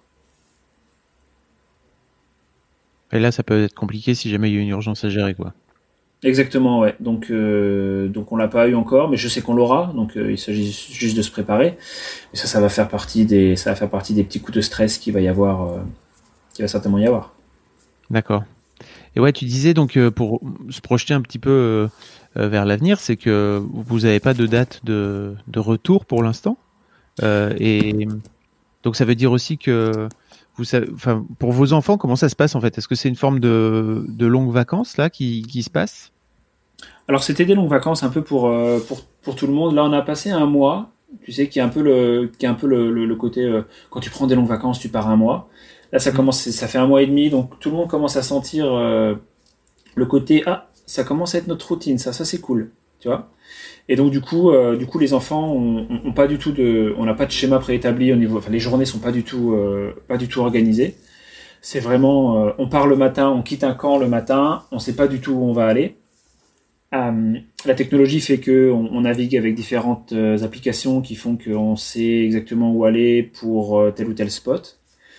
Et là, ça peut être compliqué si jamais il y a une urgence à gérer, quoi. Exactement, ouais. Donc on l'a pas eu encore, mais je sais qu'on l'aura. Donc il s'agit juste de se préparer. Et ça va faire partie des petits coups de stress qu'il va certainement y avoir. D'accord. Et ouais, tu disais donc pour se projeter un petit peu vers l'avenir, c'est que vous n'avez pas de date de retour pour l'instant. Et donc ça veut dire aussi que enfin, pour vos enfants, comment ça se passe en fait? Est-ce que c'est une forme de longues vacances là qui se passe? Alors c'était des longues vacances un peu pour tout le monde. Là on a passé un mois, tu sais, qui est un peu le côté quand tu prends des longues vacances, tu pars un mois. Là Hmm. ça fait un mois et demi, donc tout le monde commence à sentir le côté ça commence à être notre routine, ça c'est cool, tu vois. Et donc du coup les enfants ont pas du tout on n'a pas de schéma préétabli au niveau, enfin les journées sont pas du tout organisées. C'est vraiment on part le matin, on quitte un camp le matin, on sait pas du tout où on va aller. La technologie fait que on navigue avec différentes applications qui font qu'on sait exactement où aller pour tel ou tel spot.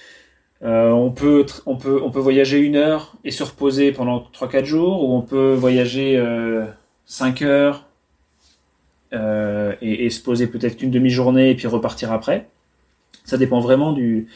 On peut voyager 1 heure et se reposer pendant 3-4 jours, ou on peut voyager 5 heures et se poser peut-être qu'une demi-journée et puis repartir après. Ça dépend vraiment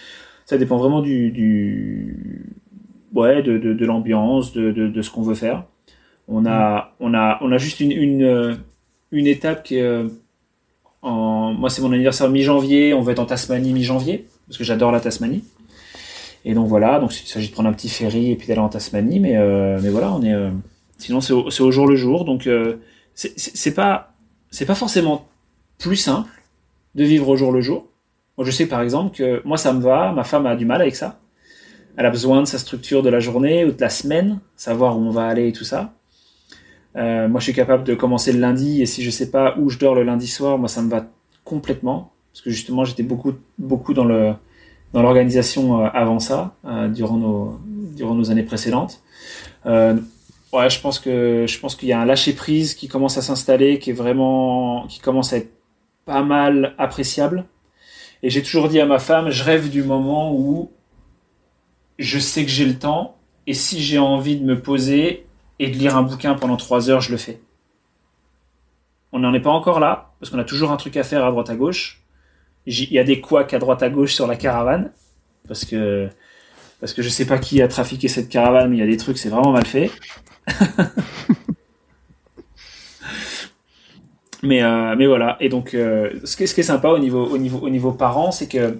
ouais, de l'ambiance, de ce qu'on veut faire. Hmm. On a juste une étape qui est moi c'est mon anniversaire mi-janvier, on va être en Tasmanie mi-janvier parce que j'adore la Tasmanie. Et donc voilà, donc il s'agit de prendre un petit ferry et puis d'aller en Tasmanie, mais voilà, sinon c'est au jour le jour, donc c'est pas forcément plus simple de vivre au jour le jour. Moi je sais par exemple que moi ça me va, ma femme a du mal avec ça. Elle a besoin de sa structure de la journée ou de la semaine, savoir où on va aller et tout ça. Moi, je suis capable de commencer le lundi, et si je sais pas où je dors le lundi soir, moi, ça me va complètement, parce que justement, j'étais beaucoup, beaucoup dans l'organisation avant ça, durant nos années précédentes. Ouais, je pense qu'il y a un lâcher prise qui commence à s'installer, qui commence à être pas mal appréciable. Et j'ai toujours dit à ma femme, je rêve du moment où je sais que j'ai le temps, et si j'ai envie de me poser et de lire un bouquin pendant 3 heures, je le fais. On n'en est pas encore là, parce qu'on a toujours un truc à faire à droite à gauche. Il y a des couacs à droite à gauche sur la caravane, parce que, parce que je sais pas qui a trafiqué cette caravane, mais il y a des trucs, c'est vraiment mal fait. Mais voilà. Et donc, ce qui est sympa au niveau parents, c'est que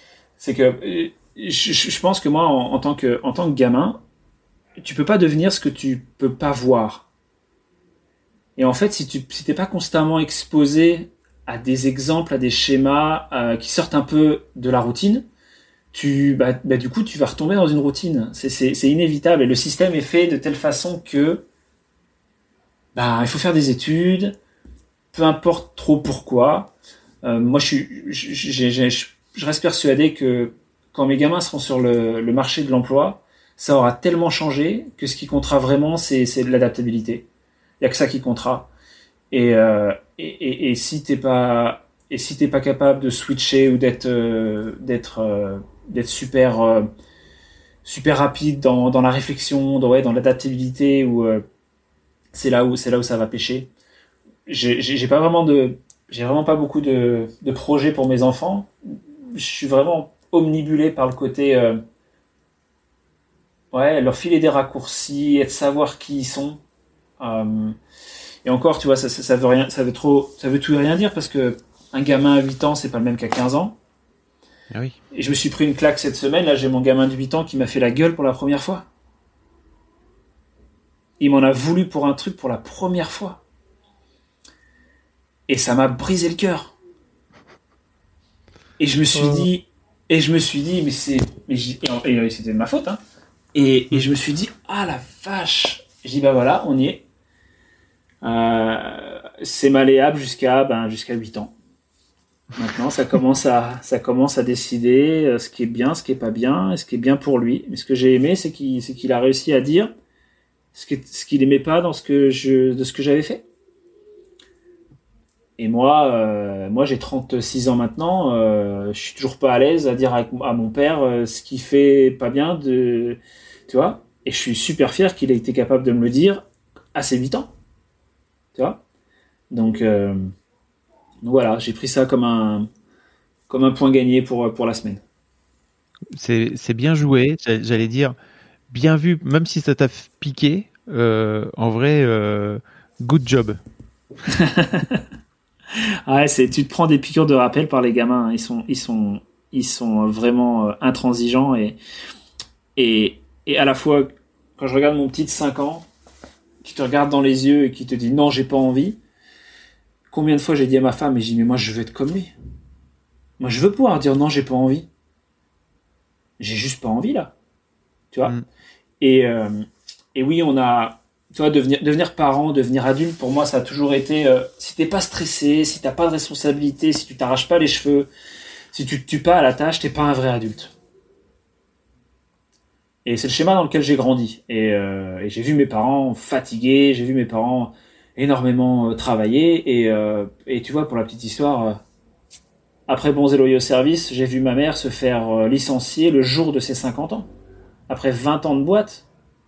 je pense que moi, en tant que gamin, tu peux pas devenir ce que tu peux pas voir. Et en fait, si t'es pas constamment exposé à des exemples, à des schémas qui sortent un peu de la routine, du coup, tu vas retomber dans une routine. C'est inévitable. Et le système est fait de telle façon que il faut faire des études, peu importe trop pourquoi. Moi, je reste persuadé que quand mes gamins seront sur le marché de l'emploi, ça aura tellement changé que ce qui comptera vraiment, c'est de l'adaptabilité. Il y a que ça qui comptera. Et si t'es pas capable de switcher ou d'être super rapide dans la réflexion, dans l'adaptabilité, ou c'est là où ça va pêcher. J'ai vraiment pas beaucoup de projets pour mes enfants. Je suis vraiment omnibulé par le côté leur filer des raccourcis et de savoir qui ils sont. Et encore, tu vois, ça veut rien, ça veut tout et rien dire, parce que un gamin à 8 ans, c'est pas le même qu'à 15 ans. Ah oui. Et je me suis pris une claque cette semaine. Là, j'ai mon gamin de 8 ans qui m'a fait la gueule pour la première fois. Il m'en a voulu pour un truc pour la première fois. Et ça m'a brisé le cœur. Et je me suis dit, mais c'était de ma faute, hein. Et je me suis dit, ah la vache. Je dis, voilà, on y est. C'est malléable jusqu'à 8 ans. Maintenant, ça commence à décider ce qui est bien, ce qui est pas bien, et ce qui est bien pour lui. Mais ce que j'ai aimé, c'est qu'il a réussi à dire ce qu'il aimait pas de ce que j'avais fait. Et moi, j'ai 36 ans maintenant. Je suis toujours pas à l'aise à dire à mon père ce qu'il fait pas bien, tu vois. Et je suis super fier qu'il ait été capable de me le dire à ses 8 ans. Tu vois. Donc voilà, j'ai pris ça comme un point gagné pour la semaine. C'est bien joué, j'allais dire bien vu, même si ça t'a piqué. En vrai, good job. Ouais, tu te prends des piqûres de rappel par les gamins. Ils sont vraiment intransigeants et à la fois, quand je regarde mon petit de 5 ans qui te regarde dans les yeux et qui te dit non, j'ai pas envie. Combien de fois j'ai dit à ma femme, mais moi je veux être comme lui. Moi je veux pouvoir dire non, j'ai pas envie. J'ai juste pas envie là. Tu vois. Et oui, tu vois, devenir parent, devenir adulte, pour moi ça a toujours été si t'es pas stressé, si t'as pas de responsabilité, si tu t'arraches pas les cheveux, si tu te tues pas à la tâche, t'es pas un vrai adulte. Et c'est le schéma dans lequel j'ai grandi. Et j'ai vu mes parents fatigués, j'ai vu mes parents énormément travailler. Et tu vois, pour la petite histoire, après bons et loyaux services, j'ai vu ma mère se faire licencier le jour de ses 50 ans. Après 20 ans de boîte.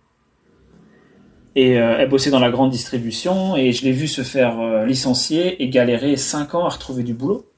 Et elle bossait dans la grande distribution, et je l'ai vue se faire licencier et galérer 5 ans à retrouver du boulot.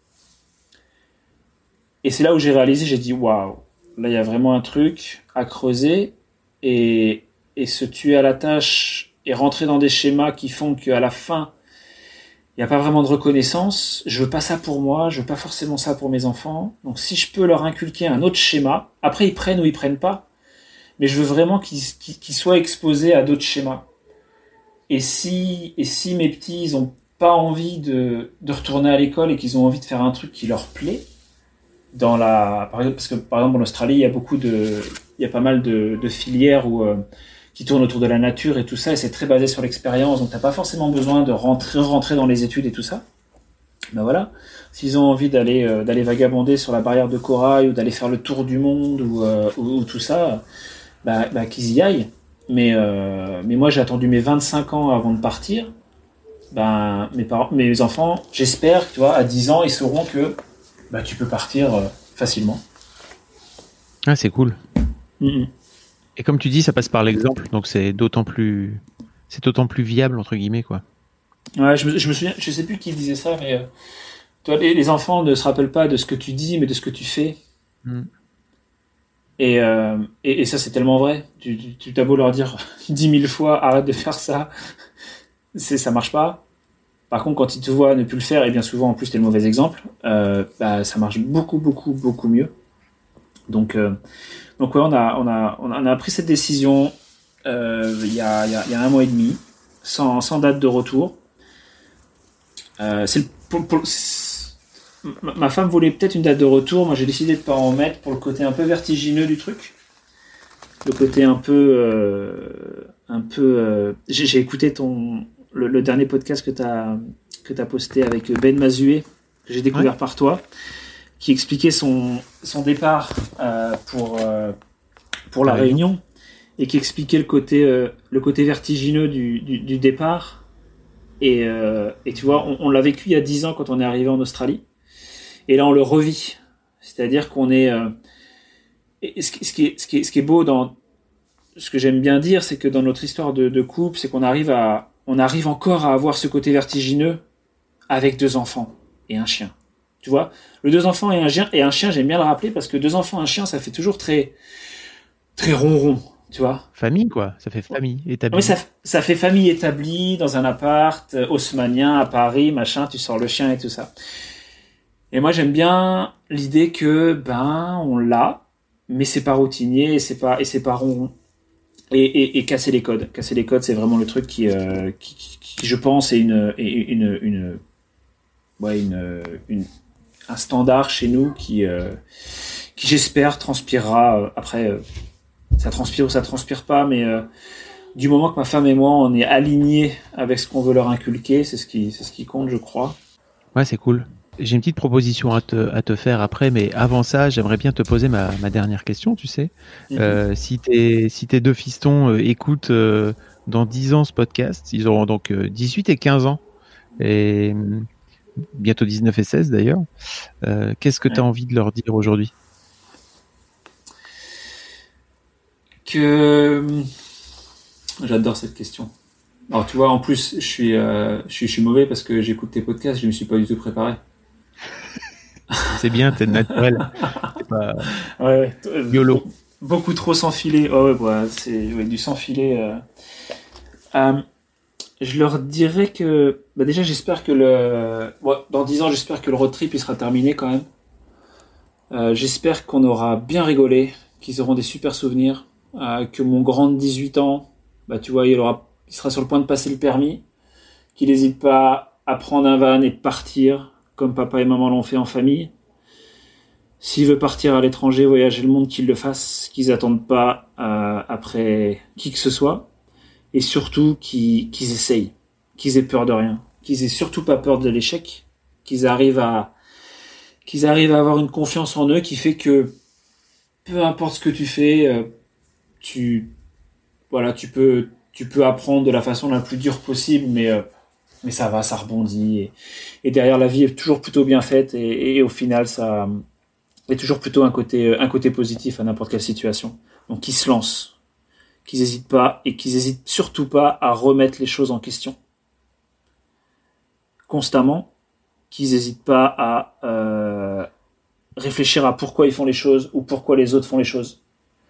Et c'est là où j'ai réalisé, j'ai dit waouh, là il y a vraiment un truc à creuser, et se tuer à la tâche et rentrer dans des schémas qui font qu'à la fin il n'y a pas vraiment de reconnaissance. Je veux pas ça pour moi, je veux pas forcément ça pour mes enfants. Donc si je peux leur inculquer un autre schéma, après ils prennent ou ils prennent pas, mais je veux vraiment qu'ils soient exposés à d'autres schémas. Et si mes petits ils ont pas envie de retourner à l'école et qu'ils ont envie de faire un truc qui leur plaît, parce que par exemple en Australie il y a pas mal de filières qui tournent autour de la nature et tout ça, et c'est très basé sur l'expérience, donc t'as pas forcément besoin de rentrer dans les études et tout ça. Ben voilà, s'ils ont envie d'aller vagabonder sur la barrière de corail, ou d'aller faire le tour du monde, ou tout ça, qu'ils y aillent. Mais moi j'ai attendu mes 25 ans avant de partir. Mes enfants, j'espère que tu vois, à 10 ans ils sauront que tu peux partir facilement. Ah, c'est cool. Mm-hmm. Et comme tu dis, ça passe par l'exemple, donc c'est d'autant plus viable entre guillemets, quoi. Ouais, je me souviens, je sais plus qui disait ça, mais toi, les enfants ne se rappellent pas de ce que tu dis, mais de ce que tu fais. Et ça, c'est tellement vrai. Tu t'as beau leur dire 10 000 fois, arrête de faire ça, ça marche pas. Par contre, quand ils te voient ne plus le faire, et bien souvent en plus t'es le mauvais exemple, ça marche beaucoup mieux. Donc ouais, on a pris cette décision il y a 1 mois et demi, sans date de retour. Ma femme voulait peut-être une date de retour. Moi, j'ai décidé de pas en mettre pour le côté un peu vertigineux du truc. Le côté un peu. J'ai écouté le dernier podcast que t'as posté avec Ben Mazué, que j'ai découvert par toi, qui expliquait son départ pour la Réunion, et qui expliquait le côté vertigineux du départ. Et tu vois, on l'a vécu il y a 10 ans quand on est arrivé en Australie. Et là, on le revit. C'est-à-dire qu'on est... ce qui est beau dans... Ce que j'aime bien dire, c'est que dans notre histoire de couple, c'est qu'on arrive encore à avoir ce côté vertigineux avec 2 enfants et un chien. Tu vois, le 2 enfants et un chien, j'aime bien le rappeler parce que 2 enfants et un chien, ça fait toujours très, très ronron. Tu vois, famille quoi, ça fait famille établie. Oui, ça fait famille établie dans un appart haussmannien à Paris, machin, tu sors le chien et tout ça. Et moi j'aime bien l'idée que on l'a, mais c'est pas routinier et c'est pas ronron. Et casser les codes. Casser les codes, c'est vraiment le truc qui je pense est un standard chez nous qui j'espère transpirera après. Ça transpire ou ça transpire pas, mais du moment que ma femme et moi on est alignés avec ce qu'on veut leur inculquer, c'est ce qui compte, je crois. Ouais, c'est cool. J'ai une petite proposition à te faire après, mais avant ça, j'aimerais bien te poser ma dernière question, tu sais. Si tes 2 fistons écoutent dans 10 ans ce podcast, ils auront donc 18 et 15 ans, et bientôt 19 et 16 d'ailleurs. Qu'est-ce que tu as envie de leur dire aujourd'hui ? J'adore cette question. Alors tu vois, en plus je suis mauvais parce que j'écoute tes podcasts, je me suis pas du tout préparé. C'est bien, t'es naturel. C'est pas YOLO. Beaucoup trop sans filet. C'est du sans filet. Je leur dirais que déjà j'espère que dans 10 ans j'espère que le road trip il sera terminé quand même. J'espère qu'on aura bien rigolé, qu'ils auront des super souvenirs. Que mon grand de 18 ans, tu vois, il sera sur le point de passer le permis, qu'il n'hésite pas à prendre un van et partir, comme papa et maman l'ont fait en famille. S'il veut partir à l'étranger, voyager le monde, qu'il le fasse, qu'ils n'attendent pas après qui que ce soit, et surtout qu'ils essayent, qu'ils aient peur de rien, qu'ils aient surtout pas peur de l'échec, qu'ils arrivent à avoir une confiance en eux qui fait que peu importe ce que tu fais, tu peux apprendre de la façon la plus dure possible, mais ça rebondit, et derrière la vie est toujours plutôt bien faite, et au final ça est toujours plutôt un côté positif à n'importe quelle situation. Donc qu'ils se lancent, qu'ils hésitent pas, et qu'ils hésitent surtout pas à remettre les choses en question constamment, qu'ils hésitent pas à réfléchir à pourquoi ils font les choses ou pourquoi les autres font les choses.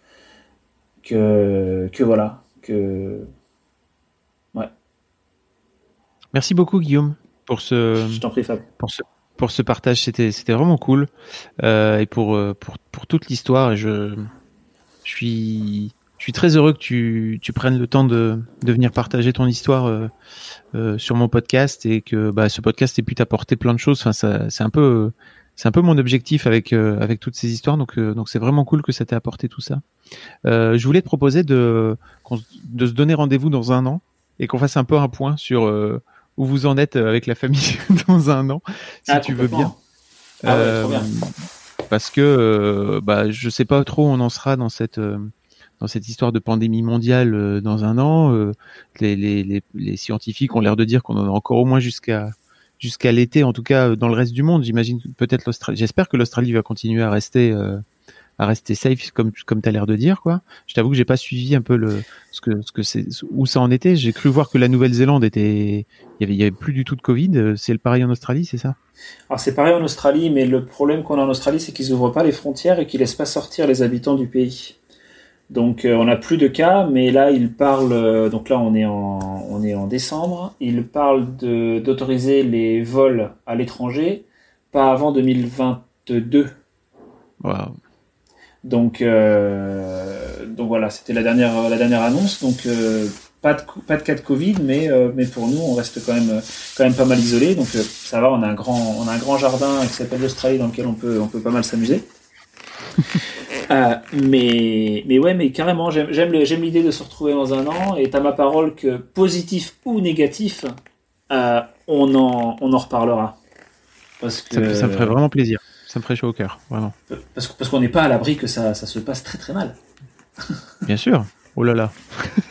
Ouais. Merci beaucoup Guillaume pour Je t'en prie Fab. Pour ce partage, c'était vraiment cool, et pour toute l'histoire. Et je suis très heureux que tu prennes le temps de venir partager ton histoire sur mon podcast, et que ce podcast ait pu t'apporter plein de choses. Enfin, c'est un peu mon objectif avec toutes ces histoires, donc c'est vraiment cool que ça t'ait apporté tout ça. Je voulais te proposer de se donner rendez-vous dans 1 an, et qu'on fasse un peu un point sur où vous en êtes avec la famille dans 1 an, si tu veux bien. Ouais, trop bien. Parce que je sais pas trop où on en sera dans cette histoire de pandémie mondiale dans 1 an. Les scientifiques ont l'air de dire qu'on en a encore au moins jusqu'à l'été, en tout cas dans le reste du monde. J'imagine peut-être l'Australie. J'espère que l'Australie va continuer à rester safe, comme tu as l'air de dire, quoi. Je t'avoue que j'ai pas suivi un peu où ça en était. J'ai cru voir que la Nouvelle-Zélande il y avait plus du tout de Covid. C'est le pareil en Australie, c'est ça? Alors c'est pareil en Australie, mais le problème qu'on a en Australie, c'est qu'ils ouvrent pas les frontières et qu'ils laissent pas sortir les habitants du pays. Donc on n'a plus de cas, mais là il parle, donc là on est en décembre, il parle d'autoriser les vols à l'étranger, pas avant 2022. Wow. Donc voilà, c'était la dernière annonce. Donc pas de cas de Covid, mais pour nous on reste quand même pas mal isolés. Donc ça va, on a un grand jardin qui s'appelle l'Australie dans lequel on peut pas mal s'amuser. Mais carrément, j'aime l'idée de se retrouver dans un an, et t'as ma parole que positif ou négatif, on en reparlera. Parce que ça me ferait vraiment plaisir. Ça me ferait chaud au cœur, vraiment. Parce qu'on n'est pas à l'abri que ça se passe très très mal. Bien sûr. Oh là là.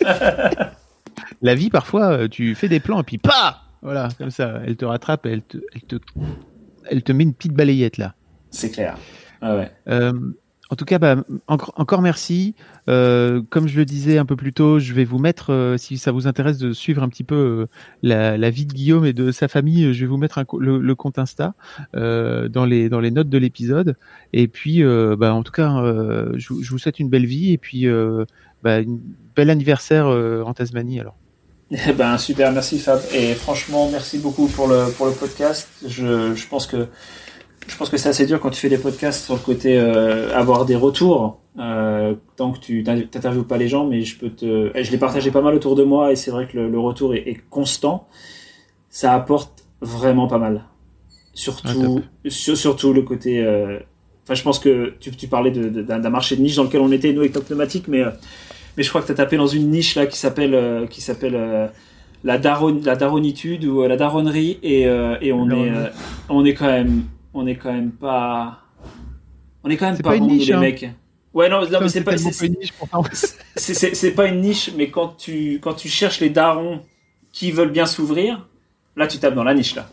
La vie, parfois, tu fais des plans et puis pas. Voilà, comme ça, elle te rattrape, elle te met une petite balayette là. C'est clair. Ah ouais. En tout cas, encore merci. Comme je le disais un peu plus tôt, je vais vous mettre, si ça vous intéresse de suivre un petit peu la vie de Guillaume et de sa famille, je vais vous mettre le compte Insta dans les notes de l'épisode. Et puis, en tout cas, je vous souhaite une belle vie et puis un bel anniversaire en Tasmanie alors. Super, merci Fab. Et franchement, merci beaucoup pour le podcast. Je pense que c'est assez dur quand tu fais des podcasts sur le côté avoir des retours tant que tu n'interviews pas les gens, mais je l'ai partagé pas mal autour de moi, et c'est vrai que le retour est constant. Ça apporte vraiment pas mal. Surtout le côté... je pense que tu parlais d'un marché de niche dans lequel on était, nous, avec Top Pneumatique, mais je crois que tu as tapé dans une niche là qui s'appelle la daronitude ou la daronnerie, et on est quand même pas une niche, les hein. mecs. Ouais, non, mais c'est pas une niche pourtant. C'est pas une niche, mais quand tu cherches les darons qui veulent bien s'ouvrir, là tu tapes dans la niche là.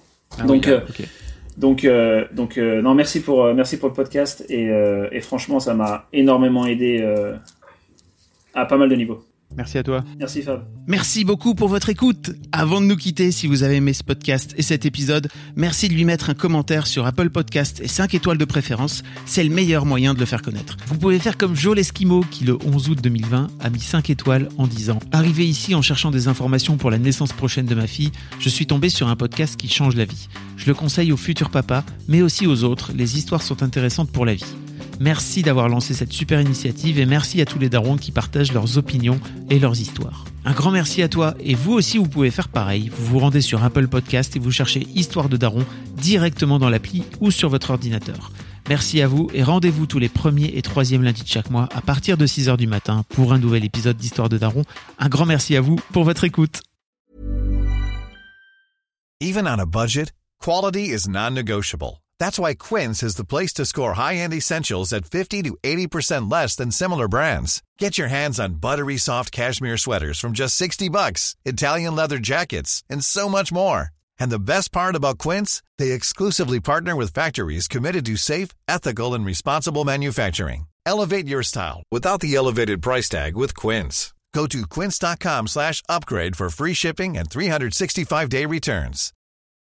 Donc non, merci pour le podcast, et franchement ça m'a énormément aidé à pas mal de niveaux. Merci à toi. Merci Fab. Merci beaucoup pour votre écoute. Avant de nous quitter, si vous avez aimé ce podcast et cet épisode, merci de lui mettre un commentaire sur Apple Podcast et 5 étoiles de préférence. C'est le meilleur moyen de le faire connaître. Vous pouvez faire comme Joe l'Esquimau qui, le 11 août 2020, a mis 5 étoiles en disant « Arrivé ici en cherchant des informations pour la naissance prochaine de ma fille, je suis tombé sur un podcast qui change la vie. Je le conseille aux futurs papas, mais aussi aux autres. Les histoires sont intéressantes pour la vie. » Merci d'avoir lancé cette super initiative, et merci à tous les darons qui partagent leurs opinions et leurs histoires. Un grand merci à toi, et vous aussi vous pouvez faire pareil. Vous vous rendez sur Apple Podcast et vous cherchez Histoire de Daron directement dans l'appli ou sur votre ordinateur. Merci à vous, et rendez-vous tous les 1er et 3e lundis de chaque mois à partir de 6h du matin pour un nouvel épisode d'Histoire de Daron. Un grand merci à vous pour votre écoute. Even on a budget, quality is non-negotiable. That's why Quince is the place to score high-end essentials at 50 to 80% less than similar brands. Get your hands on buttery soft cashmere sweaters from just $60, Italian leather jackets, and so much more. And the best part about Quince, they exclusively partner with factories committed to safe, ethical, and responsible manufacturing. Elevate your style without the elevated price tag with Quince. Go to quince.com/upgrade for free shipping and 365-day returns.